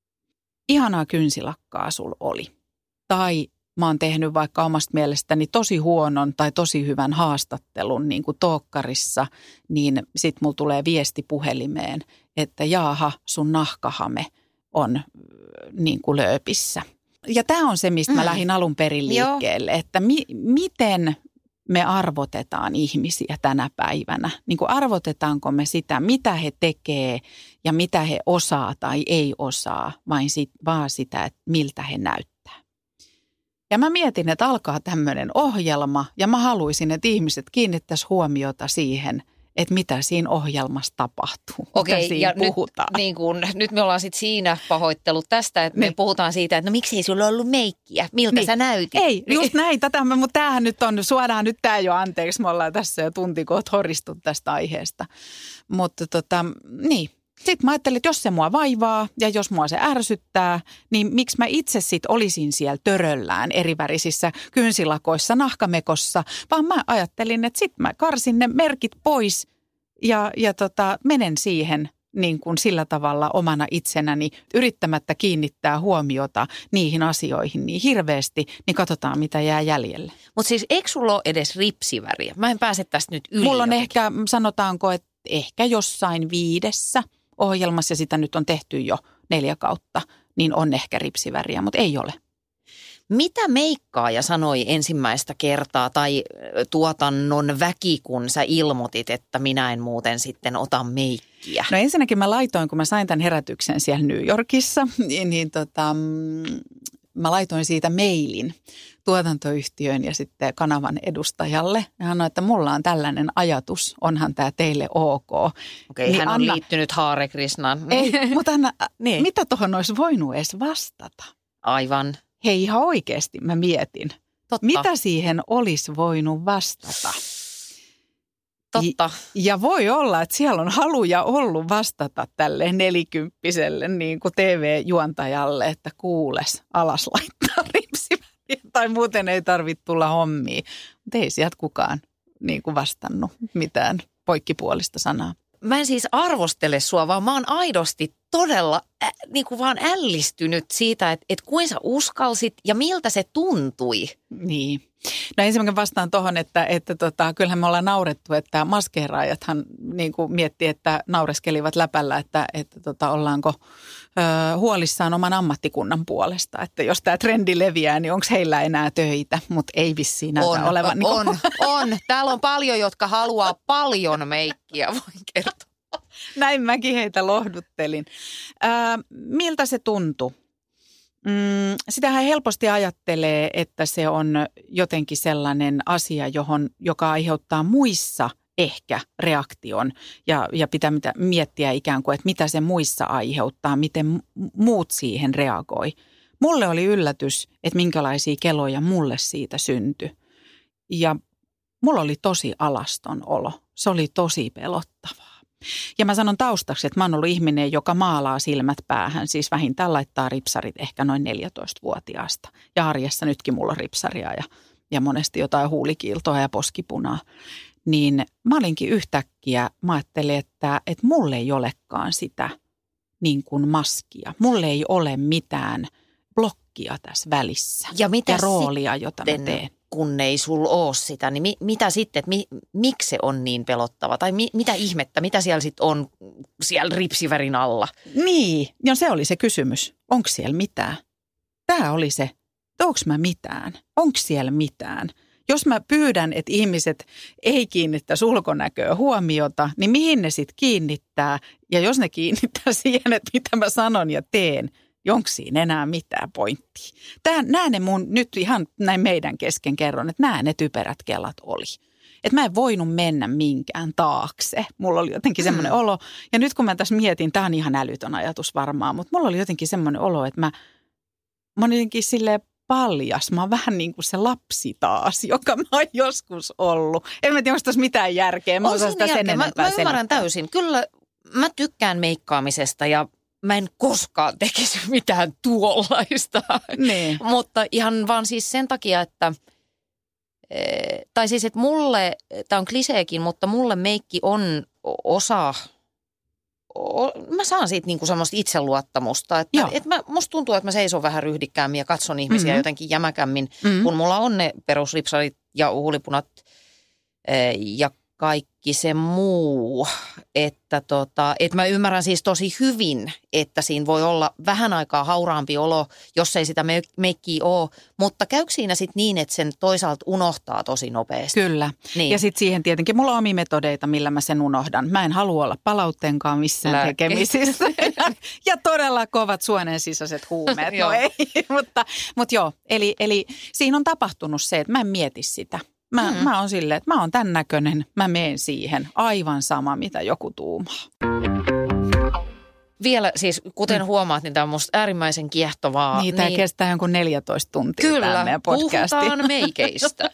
S3: Ihanaa kynsilakkaa sul oli. Tai mä oon tehnyt vaikka omasta mielestäni tosi huonon tai tosi hyvän haastattelun niin kuin talkkarissa, niin sit mulla tulee viesti puhelimeen, että jaaha, sun nahkahame on niin kuin lööpissä. Ja tämä on se, mistä mä lähdin alun perin liikkeelle, että miten me arvotetaan ihmisiä tänä päivänä. Niin kuin arvotetaanko me sitä, mitä he tekee ja mitä he osaa tai ei osaa, vaan sitä, että miltä he näyttää. Ja mä mietin, että alkaa tämmöinen ohjelma ja mä haluaisin, että ihmiset kiinnittäisi huomiota siihen, että mitä siinä ohjelmassa tapahtuu, mitä siinä puhutaan.
S4: Nyt me ollaan sitten siinä pahoittelut tästä, että me puhutaan siitä, että no miksi ei sulla ollut meikkiä, miltä sä näytit?
S3: Ei, just näin, mutta tämähän nyt on, suodaan nyt tämä jo anteeksi, me ollaan tässä jo tuntikoot horistut tästä aiheesta. Mutta niin. Sitten mä ajattelin, että jos se mua vaivaa ja jos mua se ärsyttää, niin miksi mä itse sitten olisin siellä töröllään erivärisissä kynsilakoissa, nahkamekossa, vaan mä ajattelin, että sitten mä karsin ne merkit pois ja menen siihen niin kuin sillä tavalla omana itsenäni yrittämättä kiinnittää huomiota niihin asioihin niin hirveästi, niin katsotaan mitä jää jäljelle.
S4: Mutta siis eikö sulla ole edes ripsiväriä? Mä en pääse tästä nyt yli.
S3: Mulla on ehkä, sanotaanko, että ehkä jossain 5 ohjelmassa, ja sitä nyt on tehty jo 4 kautta, niin on ehkä ripsiväriä, mutta ei ole.
S4: Mitä meikkaaja sanoi ensimmäistä kertaa tai tuotannon väki, kun sä ilmoitit, että minä en muuten sitten ota meikkiä?
S3: No ensinnäkin mä laitoin, kun mä sain tämän herätyksen siellä New Yorkissa, niin mä laitoin siitä mailin tuotantoyhtiön ja sitten kanavan edustajalle. Ja hän sanoi, että mulla on tällainen ajatus, onhan tämä teille ok.
S4: Okei, niin hän on liittynyt Hare Krishnaan.
S3: Ei, mutta Anna, mitä tuohon olisi voinut edes vastata?
S4: Aivan.
S3: Hei, ihan oikeasti mä mietin.
S4: Totta.
S3: Mitä siihen olisi voinut vastata?
S4: Totta.
S3: Ja voi olla, että siellä on haluja ollut vastata tälle 40-vuotiaalle niin kuin TV-juontajalle, että kuules, alas laittaa ripsiväriä tai muuten ei tarvitse tulla hommiin. Mutta ei sieltä kukaan niin kuin vastannut mitään poikkipuolista sanaa.
S4: Mä en siis arvostele sua, vaan mä oon aidosti todella niin kuin vaan ällistynyt siitä, että kuinka sä uskalsit ja miltä se tuntui.
S3: Niin. No ensimmäinen vastaan tuohon, että kyllähän me ollaan naurettu, että maskeeraajathan niin kuin miettii, että naureskelivat läpällä, että ollaanko huolissaan oman ammattikunnan puolesta. Että jos tämä trendi leviää, niin onko heillä enää töitä, mutta ei vissiin näytä olevan.
S4: On. Täällä on paljon, jotka haluaa paljon meikkiä, voin kertoa.
S3: Näin mäkin heitä lohduttelin. Miltä se tuntui? Sitähän helposti ajattelee, että se on jotenkin sellainen asia, joka aiheuttaa muissa ehkä reaktion ja pitää miettiä ikään kuin, että mitä se muissa aiheuttaa, miten muut siihen reagoi. Mulle oli yllätys, että minkälaisia keloja mulle siitä syntyi ja mulla oli tosi alaston olo. Se oli tosi pelottavaa. Ja mä sanon taustaksi, että mä oon ollut ihminen, joka maalaa silmät päähän, siis vähintään laittaa ripsarit ehkä noin 14-vuotiaasta. Ja arjessa nytkin mulla on ripsaria ja monesti jotain huulikiiltoa ja poskipunaa. Niin mä olinkin yhtäkkiä, mä ajattelin, että mulle ei olekaan sitä niin kuin maskia. Mulle ei ole mitään blokkia tässä välissä ja roolia, jota mä teen.
S4: Kun ei sulla ole sitä, niin mitä sitten, miksi se on niin pelottava? Tai mitä ihmettä, mitä siellä sitten on siellä ripsivärin alla?
S3: Niin, ja se oli se kysymys. Onko siellä mitään? Tämä oli se, onko mä mitään? Onko siellä mitään? Jos mä pyydän, että ihmiset ei kiinnittäisi ulkonäköä huomiota, niin mihin ne sitten kiinnittää? Ja jos ne kiinnittää siihen, että mitä mä sanon ja teen, onko siinä enää mitään pointtia? Nämä ne mun, nyt ihan näin meidän kesken kerron, että nämä ne typerät kelat oli. että mä en voinut mennä minkään taakse. Mulla oli jotenkin semmoinen olo, ja nyt kun mä tässä mietin, tämä on ihan älytön ajatus varmaan, mutta mulla oli jotenkin semmoinen olo, että mä olin jotenkin silleen paljas. Mä oon vähän niin kuin se lapsi taas, joka mä oon joskus ollut. En mä tiedä, onko tässä mitään järkeä. Mä osaan sitä sen enempää
S4: mä ymmärrän täysin. Kyllä mä tykkään meikkaamisesta ja mä en koskaan tekisi mitään tuollaista.
S3: Niin.
S4: Mutta ihan vaan siis sen takia, että tai siis, että mulle, tämä on kliseekin, mutta mulle meikki on osa, mä saan siitä niinku semmoista itseluottamusta, että musta tuntuu, että mä seison vähän ryhdikkäämmin ja katson ihmisiä jotenkin jämäkämmin, kun mulla on ne perusripsarit ja huulipunat ja kaikki se muu, että mä ymmärrän siis tosi hyvin, että siinä voi olla vähän aikaa hauraampi olo, jos ei sitä meikkiä ole, mutta käykö siinä sitten niin, että sen toisaalta unohtaa tosi nopeasti?
S3: Kyllä. Niin. Ja sitten siihen tietenkin mulla on omia metodeita, millä mä sen unohdan. Mä en halua olla palautteenkaan missään tekemisissä. Ja todella kovat suonen sisäiset huumeet. No ei, mutta joo. Eli siinä on tapahtunut se, että mä en mieti sitä. Mä oon silleen, että mä oon tämän näköinen, mä meen siihen. Aivan sama, mitä joku tuumaa.
S4: Vielä siis, kuten huomaat, niin tämä on musta äärimmäisen kiehtovaa.
S3: Niin, tämä kestää jonkun 14 tuntia tämä meidän podcasti.
S4: Kyllä, puhutaan meikeistä.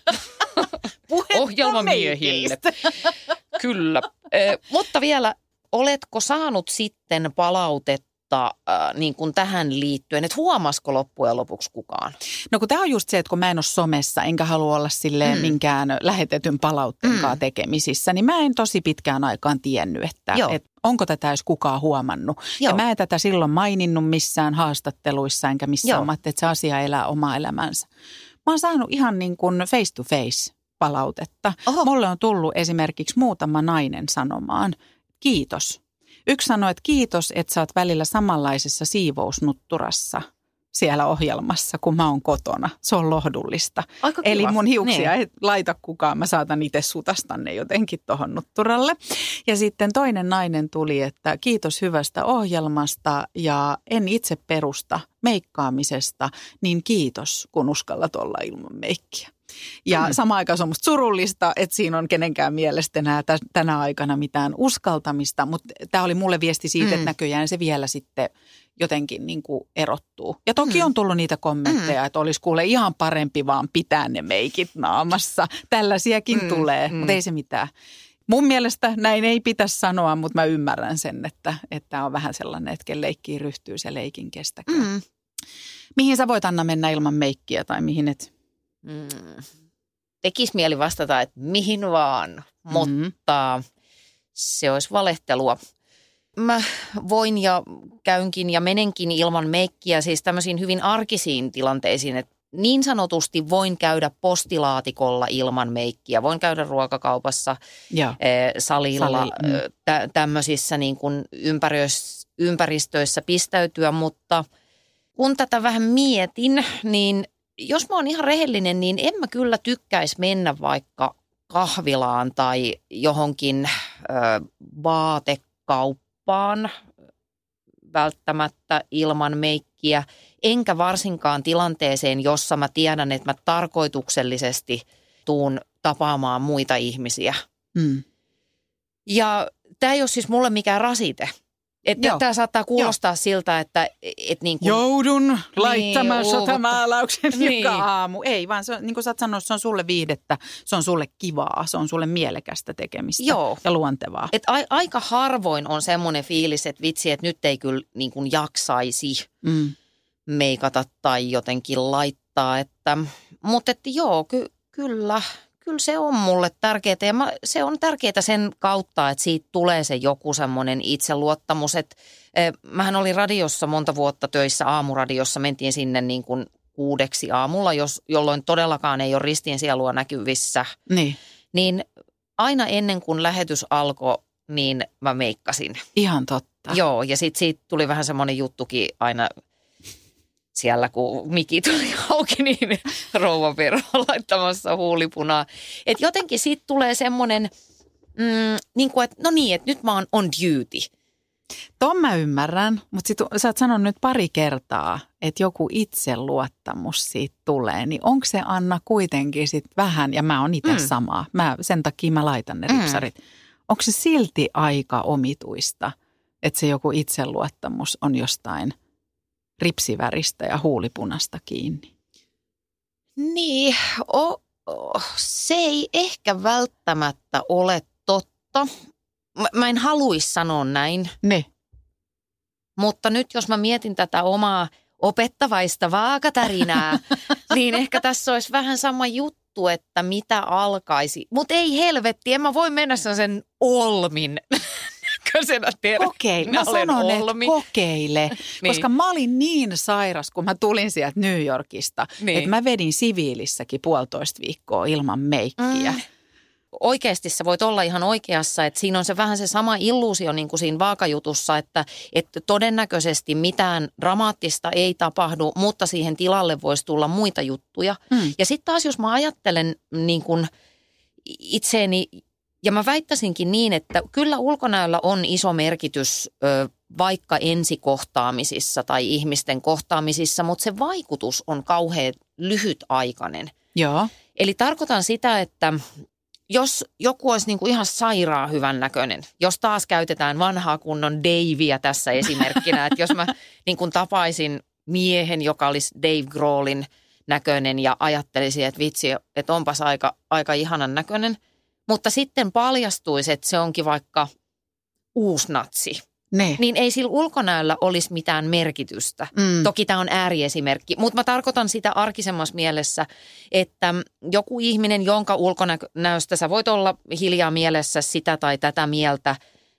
S4: Ohjelmamiehille. Kyllä. Mutta vielä, oletko saanut sitten palautetta niin kuin tähän liittyen, että huomasiko loppujen lopuksi kukaan?
S3: No kun tämä on just se, että kun mä en ole somessa, enkä halua olla silleen minkään lähetetyn palautteenkaan tekemisissä, niin mä en tosi pitkään aikaan tiennyt, että onko tätä edes kukaan huomannut. Joo. Ja mä en tätä silloin maininnut missään haastatteluissa, enkä missään että se asia elää omaa elämänsä. Mä oon saanut ihan niin kuin face to face palautetta. Oho. Mulle on tullut esimerkiksi muutama nainen sanomaan, kiitos. Yksi sanoi, että kiitos, että sä oot välillä samanlaisessa siivousnutturassa siellä ohjelmassa, kun mä oon kotona. Se on lohdullista.
S4: Aika kiva.
S3: Eli mun hiuksia ei laita kukaan. Mä saatan itse sutasta ne jotenkin tohon nutturalle. Ja sitten toinen nainen tuli, että kiitos hyvästä ohjelmasta ja en itse perusta meikkaamisesta, niin kiitos, kun uskallat olla ilman meikkiä. Ja samaan aikaan se on musta surullista, että siinä on kenenkään mielestä enää tänä aikana mitään uskaltamista, mutta tämä oli mulle viesti siitä, että näköjään se vielä sitten jotenkin niin kuin erottuu. Ja toki on tullut niitä kommentteja, että olisi kuule ihan parempi vaan pitää ne meikit naamassa. Tällaisiakin tulee, mutta ei se mitään. Mun mielestä näin ei pitäisi sanoa, mutta mä ymmärrän sen, että on vähän sellainen, että ken leikkiin ryhtyy, se leikin kestäkään. Mihin sä voit, Anna, mennä ilman meikkiä tai mihin et?
S4: Tekisi mieli vastata, että mihin vaan, mutta se olisi valehtelua. Mä voin ja käynkin ja menenkin ilman meikkiä siis tämmöisiin hyvin arkisiin tilanteisiin, että niin sanotusti voin käydä postilaatikolla ilman meikkiä. Voin käydä ruokakaupassa, salilla, tämmöisissä niin kuin ympäristöissä pistäytyä, mutta kun tätä vähän mietin, niin jos mä oon ihan rehellinen, niin en mä kyllä tykkäisi mennä vaikka kahvilaan tai johonkin vaatekauppaan välttämättä ilman meikkiä. Enkä varsinkaan tilanteeseen, jossa mä tiedän, että mä tarkoituksellisesti tuun tapaamaan muita ihmisiä. Ja tämä ei ole siis mulle mikään rasite. Tämä saattaa kuulostaa siltä, että niin kuin,
S3: joudun laittamaan sotamääläyksen joka aamu. Ei, vaan se, niin kuin sä oot sanonut, se on sulle viihdettä, se on sulle kivaa, se on sulle mielekästä tekemistä ja luontevaa.
S4: Aika harvoin on semmoinen fiilis, että vitsi, että nyt ei kyllä niin kuin jaksaisi meikata tai jotenkin laittaa. Mutta kyllä se on mulle tärkeää ja se on tärkeää sen kautta, että siitä tulee se joku semmoinen itseluottamus. Mähän olin radiossa monta vuotta töissä, aamuradiossa, mentiin sinne niin kuin 6 aamulla, jolloin todellakaan ei ole ristiin sielua näkyvissä. Niin aina ennen kuin lähetys alkoi, niin mä meikkasin.
S3: Ihan totta.
S4: Joo, ja sitten siitä tuli vähän semmoinen juttukin aina siellä, kun mikki tuli auki, niin rouva Pero laittamassa huulipunaa. Että jotenkin siitä tulee semmoinen, niin kuin, että no niin, että nyt mä oon on duty.
S3: Ton mä ymmärrän, mutta sit sä oot sanonut nyt pari kertaa, että joku itseluottamus siitä tulee. Niin onko se, Anna, kuitenkin sit vähän, ja mä oon itse samaa, sen takia mä laitan ne ripsarit. Onko se silti aika omituista, että se joku itseluottamus on jostain ripsiväristä ja huulipunasta kiinni?
S4: Niin, se ei ehkä välttämättä ole totta. Mä en haluaisi sanoa näin.
S3: Ne.
S4: Mutta nyt jos mä mietin tätä omaa opettavaista vaakatarinaa, niin ehkä tässä olisi vähän sama juttu, että mitä alkaisi. Mutta ei helvetti, en mä voi mennä sen Olmin näköisenä
S3: Kokeile. Mä sanon, että kokeile.
S4: Niin.
S3: Koska mä olin niin sairas, kun mä tulin sieltä New Yorkista, että mä vedin siviilissäkin 1,5 viikkoa ilman meikkiä.
S4: Oikeasti sä voit olla ihan oikeassa, että siinä on se vähän se sama illuusio niin kuin siinä vaakajutussa, että todennäköisesti mitään dramaattista ei tapahdu, mutta siihen tilalle voisi tulla muita juttuja. Ja sitten taas jos mä ajattelen niin kuin itseeni, ja mä väittäisinkin niin, että kyllä ulkonäöllä on iso merkitys vaikka ensikohtaamisissa tai ihmisten kohtaamisissa, mutta se vaikutus on kauhean lyhytaikainen.
S3: Joo.
S4: Eli tarkoitan sitä, että jos joku olisi niin kuin ihan sairaan hyvän näköinen, jos taas käytetään vanhaa kunnon Davea tässä esimerkkinä, että jos mä niin kuin tapaisin miehen, joka olisi Dave Grohlin näköinen ja ajattelisin, että vitsi, että onpas aika ihanan näköinen, mutta sitten paljastuisi, että se onkin vaikka uusnatsi. Niin ei sillä ulkonäöllä olisi mitään merkitystä. Toki tämä on ääriesimerkki, mutta mä tarkoitan sitä arkisemmassa mielessä, että joku ihminen, jonka ulkonäöstä sä voit olla hiljaa mielessä sitä tai tätä mieltä,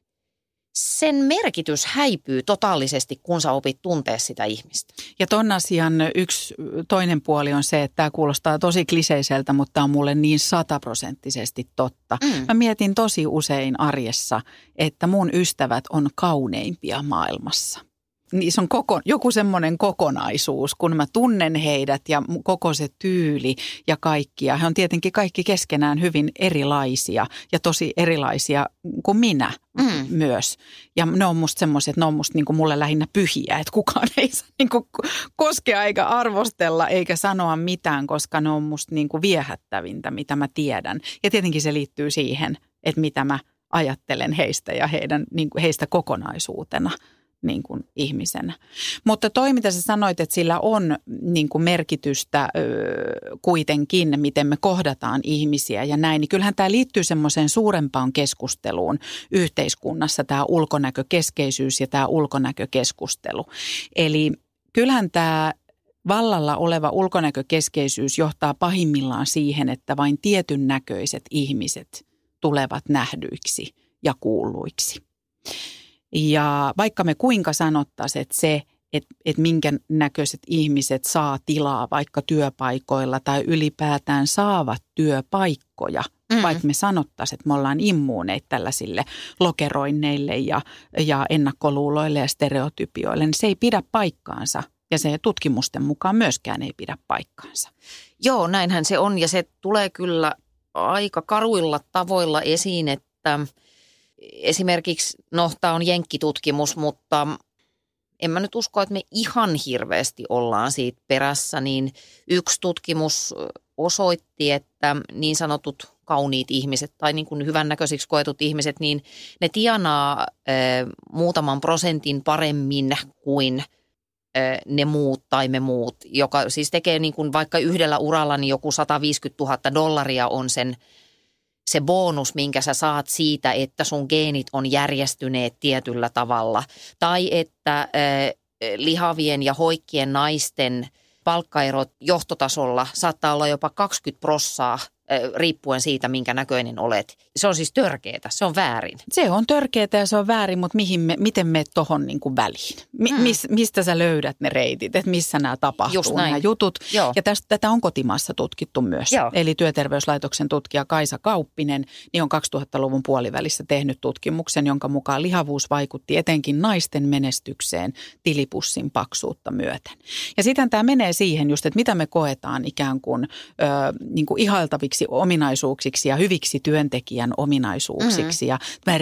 S4: sen merkitys häipyy totaalisesti, kun sä opit tuntea sitä ihmistä.
S3: Ja ton asian yksi toinen puoli on se, että tämä kuulostaa tosi kliseiseltä, mutta tämä on mulle niin 100% totta. Mä mietin tosi usein arjessa, että mun ystävät on kauneimpia maailmassa. Niissä on joku semmoinen kokonaisuus, kun mä tunnen heidät ja koko se tyyli ja kaikki. Ja he on tietenkin kaikki keskenään hyvin erilaisia ja tosi erilaisia kuin minä myös. Ja ne on musta semmoiset, ne on musta niin kuin mulle lähinnä pyhiä, että kukaan ei saa niin kuin koskea eikä arvostella eikä sanoa mitään, koska ne on musta niin kuin viehättävintä, mitä mä tiedän. Ja tietenkin se liittyy siihen, että mitä mä ajattelen heistä ja heistä kokonaisuutena. Niin kuin ihmisenä. Mutta toi, mitä sä sanoit, että sillä on niin kuin merkitystä kuitenkin, miten me kohdataan ihmisiä ja näin, niin kyllähän tämä liittyy semmoiseen suurempaan keskusteluun yhteiskunnassa, tämä ulkonäkökeskeisyys ja tämä ulkonäkökeskustelu. Eli kyllähän tämä vallalla oleva ulkonäkökeskeisyys johtaa pahimmillaan siihen, että vain tietyn näköiset ihmiset tulevat nähdyiksi ja kuulluiksi. Ja vaikka me kuinka sanottaisiin, että se, että minkä näköiset ihmiset saa tilaa vaikka työpaikoilla tai ylipäätään saavat työpaikkoja, vaikka me sanottaisiin, että me ollaan immuuneita tällaisille lokeroinneille ja ennakkoluuloille ja stereotypioille, niin se ei pidä paikkaansa ja se tutkimusten mukaan myöskään ei pidä paikkaansa.
S4: Joo, näinhän se on ja se tulee kyllä aika karuilla tavoilla esiin, että esimerkiksi, tämä on jenkkitutkimus, mutta en mä nyt usko, että me ihan hirveästi ollaan siitä perässä, niin yksi tutkimus osoitti, että niin sanotut kauniit ihmiset tai niin kuin hyvännäköisiksi koetut ihmiset, niin ne tienaa muutaman prosentin paremmin kuin ne muut tai me muut, joka siis tekee niin kuin vaikka yhdellä uralla, niin joku $150,000 on se bonus, minkä sä saat siitä, että sun geenit on järjestyneet tietyllä tavalla. Tai että lihavien ja hoikkien naisten palkkaerot johtotasolla saattaa olla jopa 20% riippuen siitä, minkä näköinen olet. Se on siis törkeetä, se on väärin.
S3: Se on törkeetä ja se on väärin, mutta miten me tohon niin kuin väliin? Mistä sä löydät ne reitit, että missä nämä tapahtuu, nämä jutut?
S4: Joo.
S3: Ja tätä on kotimaassa tutkittu myös. Joo. Eli Työterveyslaitoksen tutkija Kaisa Kauppinen niin on 2000-luvun puolivälissä tehnyt tutkimuksen, jonka mukaan lihavuus vaikutti etenkin naisten menestykseen tilipussin paksuutta myöten. Ja sitten tämä menee siihen just, että mitä me koetaan ikään kuin, niin kuin ihailtaviksi ominaisuuksiksi ja hyviksi työntekijän ominaisuuksiksi ja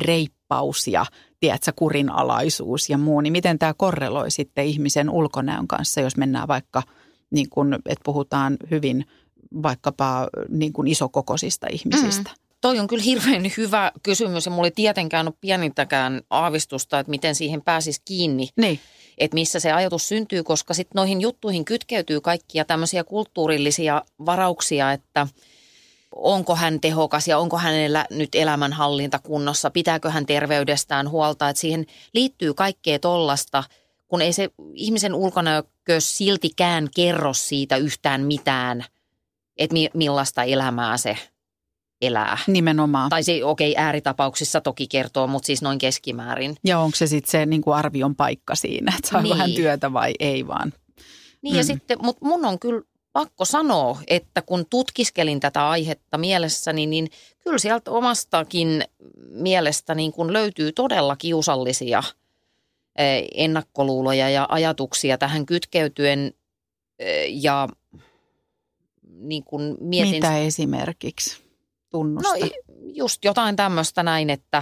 S3: tappaus ja tiedätkö, kurinalaisuus ja muu, niin miten tämä korreloi sitten ihmisen ulkonäön kanssa, jos mennään vaikka, niin kuin, että puhutaan hyvin vaikkapa niin kuin isokokoisista ihmisistä?
S4: Toi on kyllä hirveän hyvä kysymys ja mulla ei tietenkään ole pienintäkään aavistusta, että miten siihen pääsisi kiinni.
S3: Niin.
S4: Että missä se ajatus syntyy, koska sitten noihin juttuihin kytkeytyy kaikkia tämmöisiä kulttuurillisia varauksia, että onko hän tehokas ja onko hänellä nyt elämänhallinta kunnossa, pitääkö hän terveydestään huolta, että siihen liittyy kaikkea tollasta, kun ei se ihmisen ulkonäkö siltikään kerro siitä yhtään mitään, että millaista elämää se elää.
S3: Nimenomaan.
S4: Tai se, ääritapauksissa toki kertoo, mutta siis noin keskimäärin.
S3: Ja onko se sitten se niin kuin arvion paikka siinä, että saako hän työtä vai ei vaan?
S4: Niin ja sitten, mutta mun on kyllä pakko sanoa, että kun tutkiskelin tätä aihetta mielessäni, niin kyllä sieltä omastakin mielestä niin kun löytyy todella kiusallisia ennakkoluuloja ja ajatuksia tähän kytkeytyen ja niin kun mietin.
S3: Mitä esimerkiksi? Tunnusta.
S4: No just jotain tämmöistä näin, että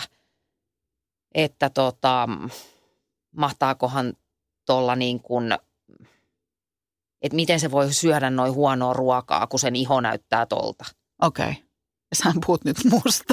S4: mahtaakohan tuolla niin kuin, että miten se voi syödä noin huonoa ruokaa, kun sen iho näyttää tolta.
S3: Okei. Sä puhut nyt musta.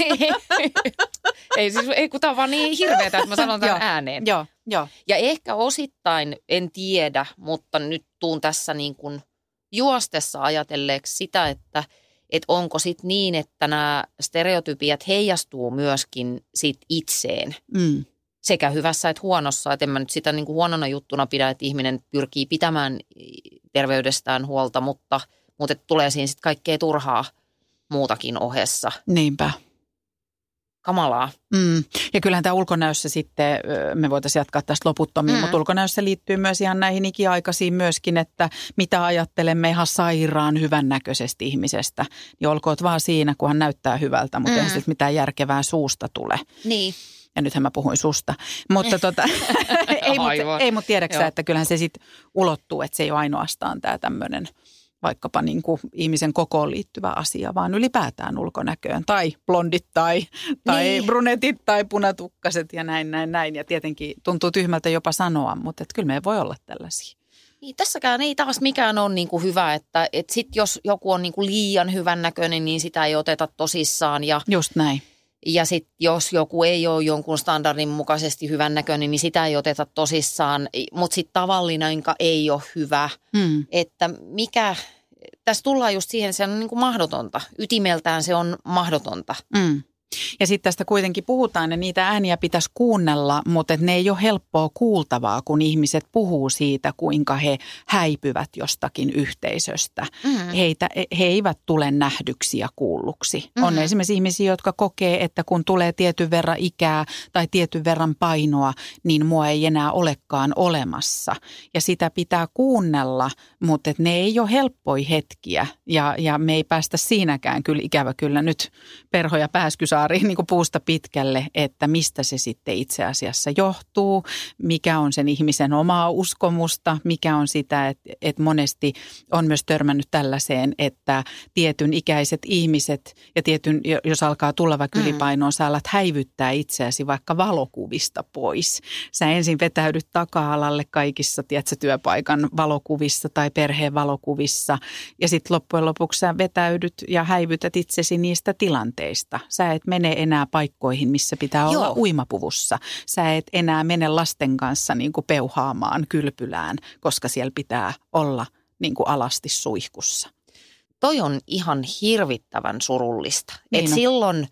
S4: ei kun tämä on vaan niin hirveetä, että mä sanon tämän ääneen.
S3: Joo.
S4: Ja ehkä osittain, en tiedä, mutta nyt tuun tässä niin kuin juostessa ajatelleeksi sitä, että onko sitten niin, että nämä stereotypiat heijastuu myöskin sit itseen. Sekä hyvässä että huonossa. Että en mä nyt sitä niin kuin huonona juttuna pidä, että ihminen pyrkii pitämään terveydestään huolta, mutta tulee siinä sitten kaikkea turhaa muutakin ohessa.
S3: Niinpä.
S4: Kamalaa.
S3: Ja kyllähän tämä ulkonäössä sitten, me voitaisiin jatkaa tästä loputtomiin, mutta ulkonäössä liittyy myös ihan näihin ikiaikaisiin myöskin, että mitä ajattelemme ihan sairaan hyvännäköisestä ihmisestä. Niin olkoot vaan siinä, kun hän näyttää hyvältä, mutta eihän sitten mitään järkevää suusta tule.
S4: Niin.
S3: Ja nythän mä puhuin susta. Mutta ei mut tiedäksä, että kyllähän se sitten ulottuu, että se ei ole ainoastaan tämä tämmöinen vaikkapa niin kuin ihmisen kokoon liittyvä asia, vaan ylipäätään ulkonäköön. Tai blondit tai brunetit tai punatukkaset ja näin. Ja tietenkin tuntuu tyhmältä jopa sanoa, mutta kyllä me ei voi olla tällaisia.
S4: Niin, tässäkään ei taas mikään ole niin kuin hyvä, että sitten jos joku on niin kuin liian hyvännäköinen, niin sitä ei oteta tosissaan.
S3: Just näin.
S4: Ja sitten jos joku ei ole jonkun standardin mukaisesti hyvännäköinen, niin sitä ei oteta tosissaan. Mutta sitten tavallinen ei ole hyvä. Että tässä tullaan just siihen, se on niin kuin mahdotonta. Ytimeltään se on mahdotonta.
S3: Ja sitten tästä kuitenkin puhutaan ja niitä ääniä pitäisi kuunnella, mutta ne ei ole helppoa kuultavaa, kun ihmiset puhuu siitä, kuinka he häipyvät jostakin yhteisöstä. He eivät tule nähdyksi ja kuulluksi. On esimerkiksi ihmisiä, jotka kokee, että kun tulee tietyn verran ikää tai tietyn verran painoa, niin mua ei enää olekaan olemassa. Ja sitä pitää kuunnella, mutta ne ei ole helppoja hetkiä ja me ei päästä siinäkään kyllä ikävä kyllä nyt Perho ja Pääskysaari niin kuin puusta pitkälle, että mistä se sitten itse asiassa johtuu, mikä on sen ihmisen omaa uskomusta, mikä on sitä, että monesti on myös törmännyt tällaiseen, että tietyn ikäiset ihmiset ja jos alkaa tulla vaikka ylipainoon, sä alat häivyttää itseäsi vaikka valokuvista pois. Sä ensin vetäydyt taka-alalle kaikissa, tiedätkö, työpaikan valokuvissa tai perheen valokuvissa ja sitten loppujen lopuksi sä vetäydyt ja häivytät itsesi niistä tilanteista. Sä et mene enää paikkoihin, missä pitää olla uimapuvussa. Sä et enää mene lasten kanssa niin kuin peuhaamaan kylpylään, koska siellä pitää olla niin kuin alasti suihkussa.
S4: Toi on ihan hirvittävän surullista.
S3: Niin
S4: et silloin,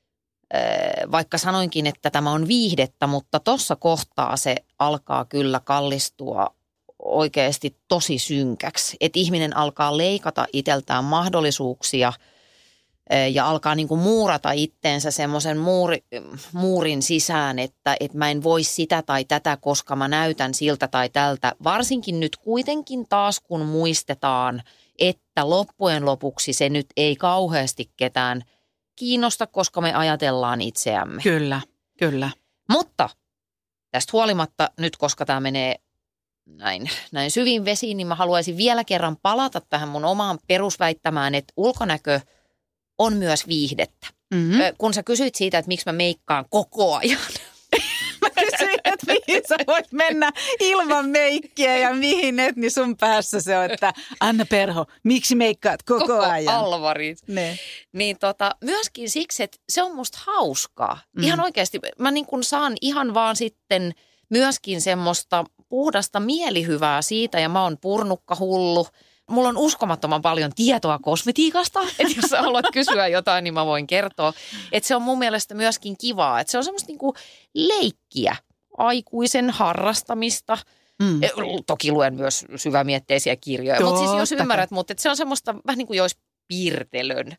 S4: vaikka sanoinkin, että tämä on viihdettä, mutta tuossa kohtaa se alkaa kyllä kallistua oikeasti tosi synkäksi. Että ihminen alkaa leikata itseltään mahdollisuuksia ja alkaa niin kuin muurata itteensä semmoisen muurin sisään, että mä en voi sitä tai tätä, koska mä näytän siltä tai tältä. Varsinkin nyt kuitenkin taas, kun muistetaan, että loppujen lopuksi se nyt ei kauheasti ketään kiinnosta, koska me ajatellaan itseämme.
S3: Kyllä.
S4: Mutta tästä huolimatta nyt, koska tämä menee näin syviin vesiin, niin mä haluaisin vielä kerran palata tähän mun omaan perusväittämään, että ulkonäkö on myös viihdettä. kun sä kysyit siitä, että miksi mä meikkaan koko ajan.
S3: Mä kysyin, että mihin sä voit mennä ilman meikkiä ja mihin et, niin sun päässä se on, että Anna Perho, miksi meikkaat koko ajan?
S4: Alvarit. Niin myöskin siksi, että se on musta hauskaa. Ihan oikeasti. Mä niin kun saan ihan vaan sitten myöskin semmoista puhdasta mielihyvää siitä ja mä oon purnukkahullu. Mulla on uskomattoman paljon tietoa kosmetiikasta, että jos sä haluat kysyä jotain, niin mä voin kertoa. Että se on mun mielestä myöskin kivaa, että se on semmoista niinku leikkiä, aikuisen harrastamista. Toki luen myös syvämietteisiä kirjoja, mutta siis jos ymmärrät, mutta se on semmoista vähän niin kuin jos piirtelön,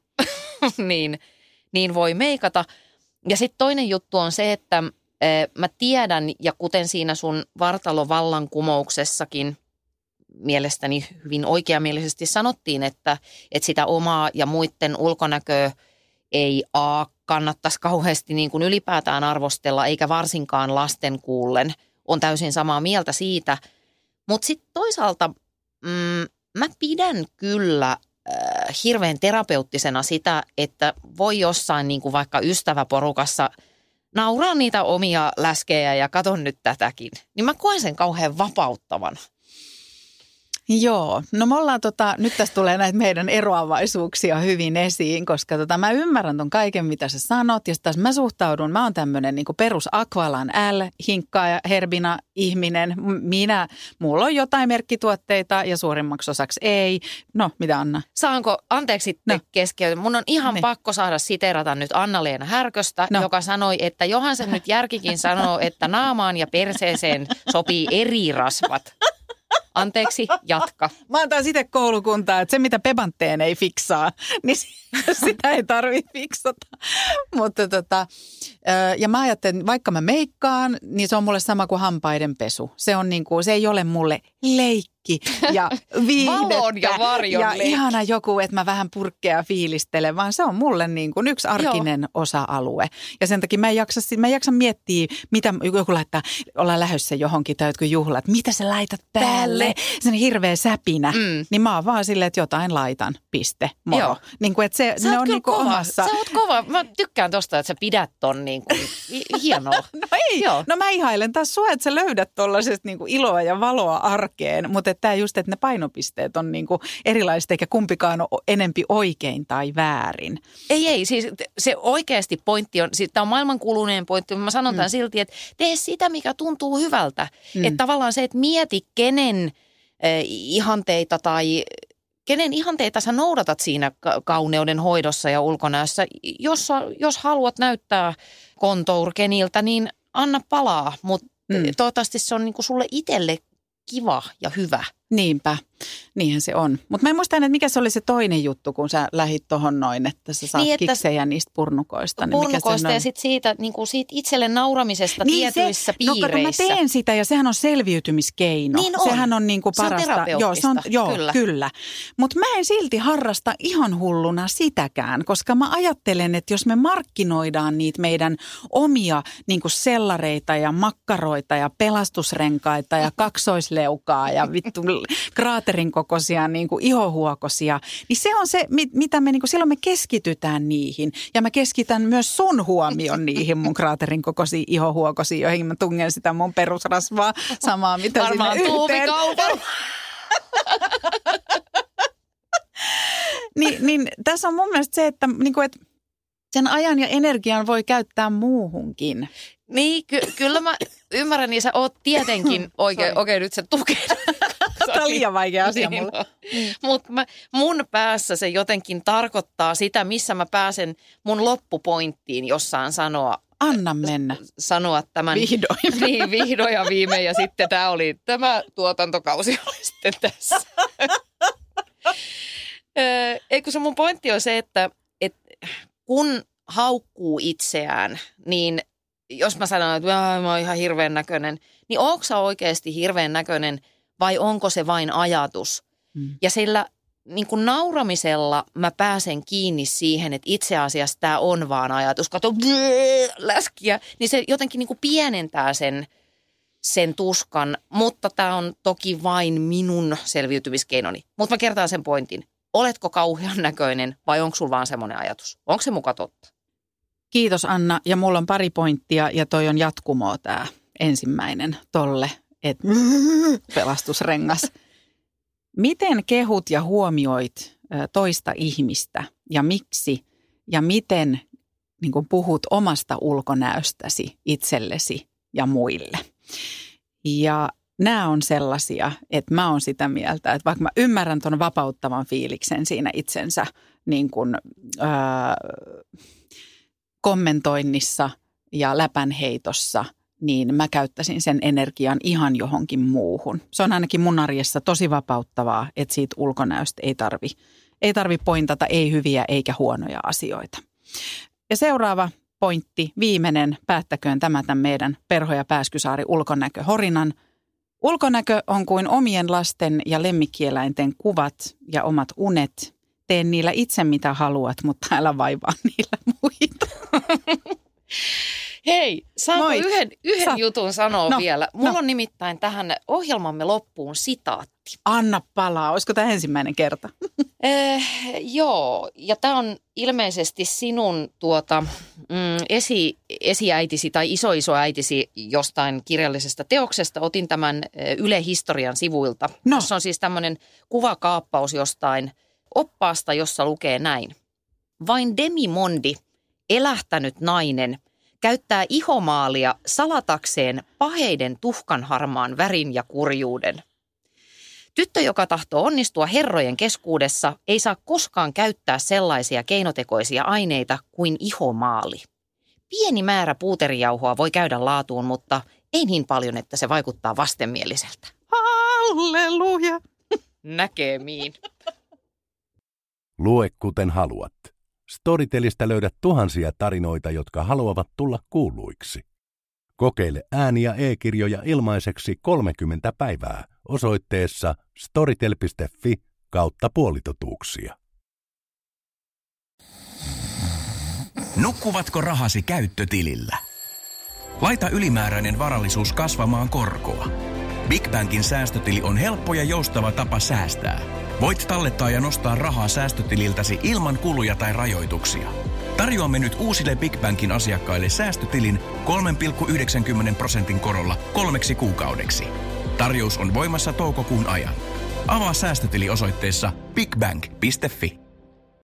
S4: niin voi meikata. Ja sitten toinen juttu on se, että mä tiedän, ja kuten siinä sun vartalovallankumouksessakin mielestäni hyvin oikeamielisesti sanottiin, että sitä omaa ja muiden ulkonäköä ei kannattaisi kauheasti niin kuin ylipäätään arvostella, eikä varsinkaan lasten kuullen. On täysin samaa mieltä siitä. Mutta sitten toisaalta mä pidän kyllä hirveän terapeuttisena sitä, että voi jossain niin kuin vaikka ystäväporukassa nauraa niitä omia läskejä ja katon nyt tätäkin. Niin mä koen sen kauhean vapauttavana.
S3: Joo, no me ollaan nyt tässä tulee näitä meidän eroavaisuuksia hyvin esiin, koska mä ymmärrän ton kaiken, mitä sä sanot, ja taas mä oon tämmönen niinku perus Aqualan hinkkaaja, herbina ihminen. Mulla on jotain merkkituotteita ja suurimmaksi osaksi ei. No, mitä Anna?
S4: Saanko, anteeksi keskeytän, mun on ihan pakko saada siteerata nyt Anna-Leena Härköstä, joka sanoi, että johan se nyt järkikin sanoo, että naamaan ja perseeseen sopii eri rasvat. Anteeksi, jatka.
S3: Mä oon taas itse koulukuntaa, että se mitä Pebantteen ei fiksaa, niin sitä ei tarvitse fiksata. Mutta ja mä ajattelen, vaikka mä meikkaan, niin se on mulle sama kuin hampaiden pesu. Se on niinku, se ei ole mulle leikki ja viihdettä.
S4: Valon ja varjon
S3: ja
S4: leikki.
S3: ihana joku, että mä vähän purkkeja fiilistelen, vaan se on mulle niin kuin yksi arkinen osa-alue. Ja sen takia mä en jaksa miettiä, mitä joku laittaa, ollaan lähdössä johonkin tai jotkut juhlat, mitä sä laitat päälle? Se on hirveä säpinä. Niin mä oon vaan silleen, että jotain laitan, piste, moro.
S4: Joo.
S3: Niin kuin, että ne on niin kuin omassa.
S4: Sä oot kova. Mä tykkään tosta, että sä pidät ton niin kuin hienoa.
S3: No ei. Joo. No mä ihailen taas sua, että sä löydät tollasesta niin kuin iloa ja valoa arkeen, mutta tämä just, että ne painopisteet on niin kuin erilaiset, eikä kumpikaan ole enempi oikein tai väärin.
S4: Ei, siis se oikeasti pointti on, siis tämä on maailmankuluneen pointti, mutta mä sanon tämän silti, että tee sitä, mikä tuntuu hyvältä. Että tavallaan se, että mieti kenen ihanteita tai kenen ihanteita sä noudatat siinä kauneuden hoidossa ja ulkonäössä. Jos haluat näyttää kontourkeniltä, niin anna palaa, mutta toivottavasti se on niinku sulle itselle kiva ja hyvä.
S3: Niinpä, niinhän se on. Mutta mä en muista enää, että mikä se oli se toinen juttu, kun sä lähit tohon noin, että sä saat kiksejä niistä purnukoista.
S4: Purnukoista ja sitten siitä itselle nauramisesta niin tietyissä piireissä.
S3: No mä teen sitä ja sehän on selviytymiskeino.
S4: Niin on.
S3: Sehän on niinku parasta.
S4: Se on terapeuttista.
S3: Joo, kyllä. Mutta mä en silti harrasta ihan hulluna sitäkään, koska mä ajattelen, että jos me markkinoidaan niitä meidän omia niinku sellareita ja makkaroita ja pelastusrenkaita ja kaksoisleukaa ja vittu kraaterin kokoisia niin kuin ihohuokosia, niin se on se, mitä me niin kuin, silloin me keskitytään niihin. Ja mä keskitän myös sun huomion niihin mun kraaterin kokoisiin ihohuokosiin, joihin mä tungen sitä mun perusrasvaa samaa, mitä
S4: varmaan
S3: sinne yhteen. niin tässä on mun mielestä se, että, niin kuin, että sen ajan ja energian voi käyttää muuhunkin.
S4: Niin, kyllä mä ymmärrän, niin sä oot tietenkin oikein nyt se tukee.
S3: Tämä on liian vaikea asia mulle.
S4: Mutta mun päässä se jotenkin tarkoittaa sitä, missä mä pääsen mun loppupointtiin jossain sanoa.
S3: Anna mennä.
S4: Sanoa tämän.
S3: Vihdoin.
S4: Niin, vihdoin ja viimein. Ja sitten tämä tuotantokausi oli sitten tässä. Eikö se mun pointti on se, että kun haukkuu itseään, niin jos mä sanon, että mä oon ihan hirveän näköinen, niin onko sä oikeasti hirveän näköinen vai onko se vain ajatus? Ja sillä niin kuin nauramisella mä pääsen kiinni siihen, että itse asiassa tämä on vaan ajatus. Kato, läskiä, niin se jotenkin niin kuin pienentää sen tuskan, mutta tämä on toki vain minun selviytymiskeinoni. Mutta mä kertaan sen pointin. Oletko kauhean näköinen vai onko sulla vaan semmoinen ajatus? Onko se muka totta?
S3: Kiitos Anna, ja mulla on pari pointtia ja toi on jatkumoa tämä ensimmäinen tolle, että pelastusrengas. Miten kehut ja huomioit toista ihmistä ja miksi ja miten niin kuin puhut omasta ulkonäöstäsi itsellesi ja muille? Ja nämä on sellaisia, että mä oon sitä mieltä, että vaikka mä ymmärrän ton vapauttavan fiiliksen siinä itsensä niin kuin, kommentoinnissa ja läpänheitossa, niin mä käyttäisin sen energian ihan johonkin muuhun. Se on ainakin mun arjessa tosi vapauttavaa, että siitä ulkonäöstä ei tarvi pointata ei hyviä eikä huonoja asioita. Ja seuraava pointti, viimeinen, päättäköön tämä tämän meidän Perho ja Pääskysaari ulkonäköhorinan. Ulkonäkö on kuin omien lasten ja lemmikkieläinten kuvat ja omat unet. Tee niillä itse mitä haluat, mutta älä vaivaa niillä muita.
S4: Hei, saanko yhden jutun sanoa vielä? Mulla on nimittäin tähän ohjelmamme loppuun sitaatti.
S3: Anna palaa. Olisiko tämä ensimmäinen kerta?
S4: Joo, ja tämä on ilmeisesti sinun esiäitisi tai isoisoäitisi jostain kirjallisesta teoksesta. Otin tämän Yle Historian sivuilta. Tässä on siis tämmöinen kuvakaappaus jostain oppaasta, jossa lukee näin. Vain demimondi, elähtänyt nainen, käyttää ihomaalia salatakseen paheiden tuhkanharmaan värin ja kurjuuden. Tyttö, joka tahtoo onnistua herrojen keskuudessa, ei saa koskaan käyttää sellaisia keinotekoisia aineita kuin ihomaali. Pieni määrä puuterijauhoa voi käydä laatuun, mutta ei niin paljon, että se vaikuttaa vastenmieliseltä.
S3: Halleluja!
S4: Näkemiin.
S5: Lue kuten haluat. Storytelistä löydät tuhansia tarinoita, jotka haluavat tulla kuulluiksi. Kokeile ääni- ja e-kirjoja ilmaiseksi 30 päivää osoitteessa storytel.fi/puolitotuuksia.
S1: Nukkuvatko rahasi käyttötilillä? Laita ylimääräinen varallisuus kasvamaan korkoa. Big Bankin säästötili on helppo ja joustava tapa säästää. Voit tallettaa ja nostaa rahaa säästötililtäsi ilman kuluja tai rajoituksia. Tarjoamme nyt uusille Big Bankin asiakkaille säästötilin 3,90% korolla 3 kuukaudeksi. Tarjous on voimassa toukokuun ajan. Avaa säästötili osoitteessa bigbank.fi.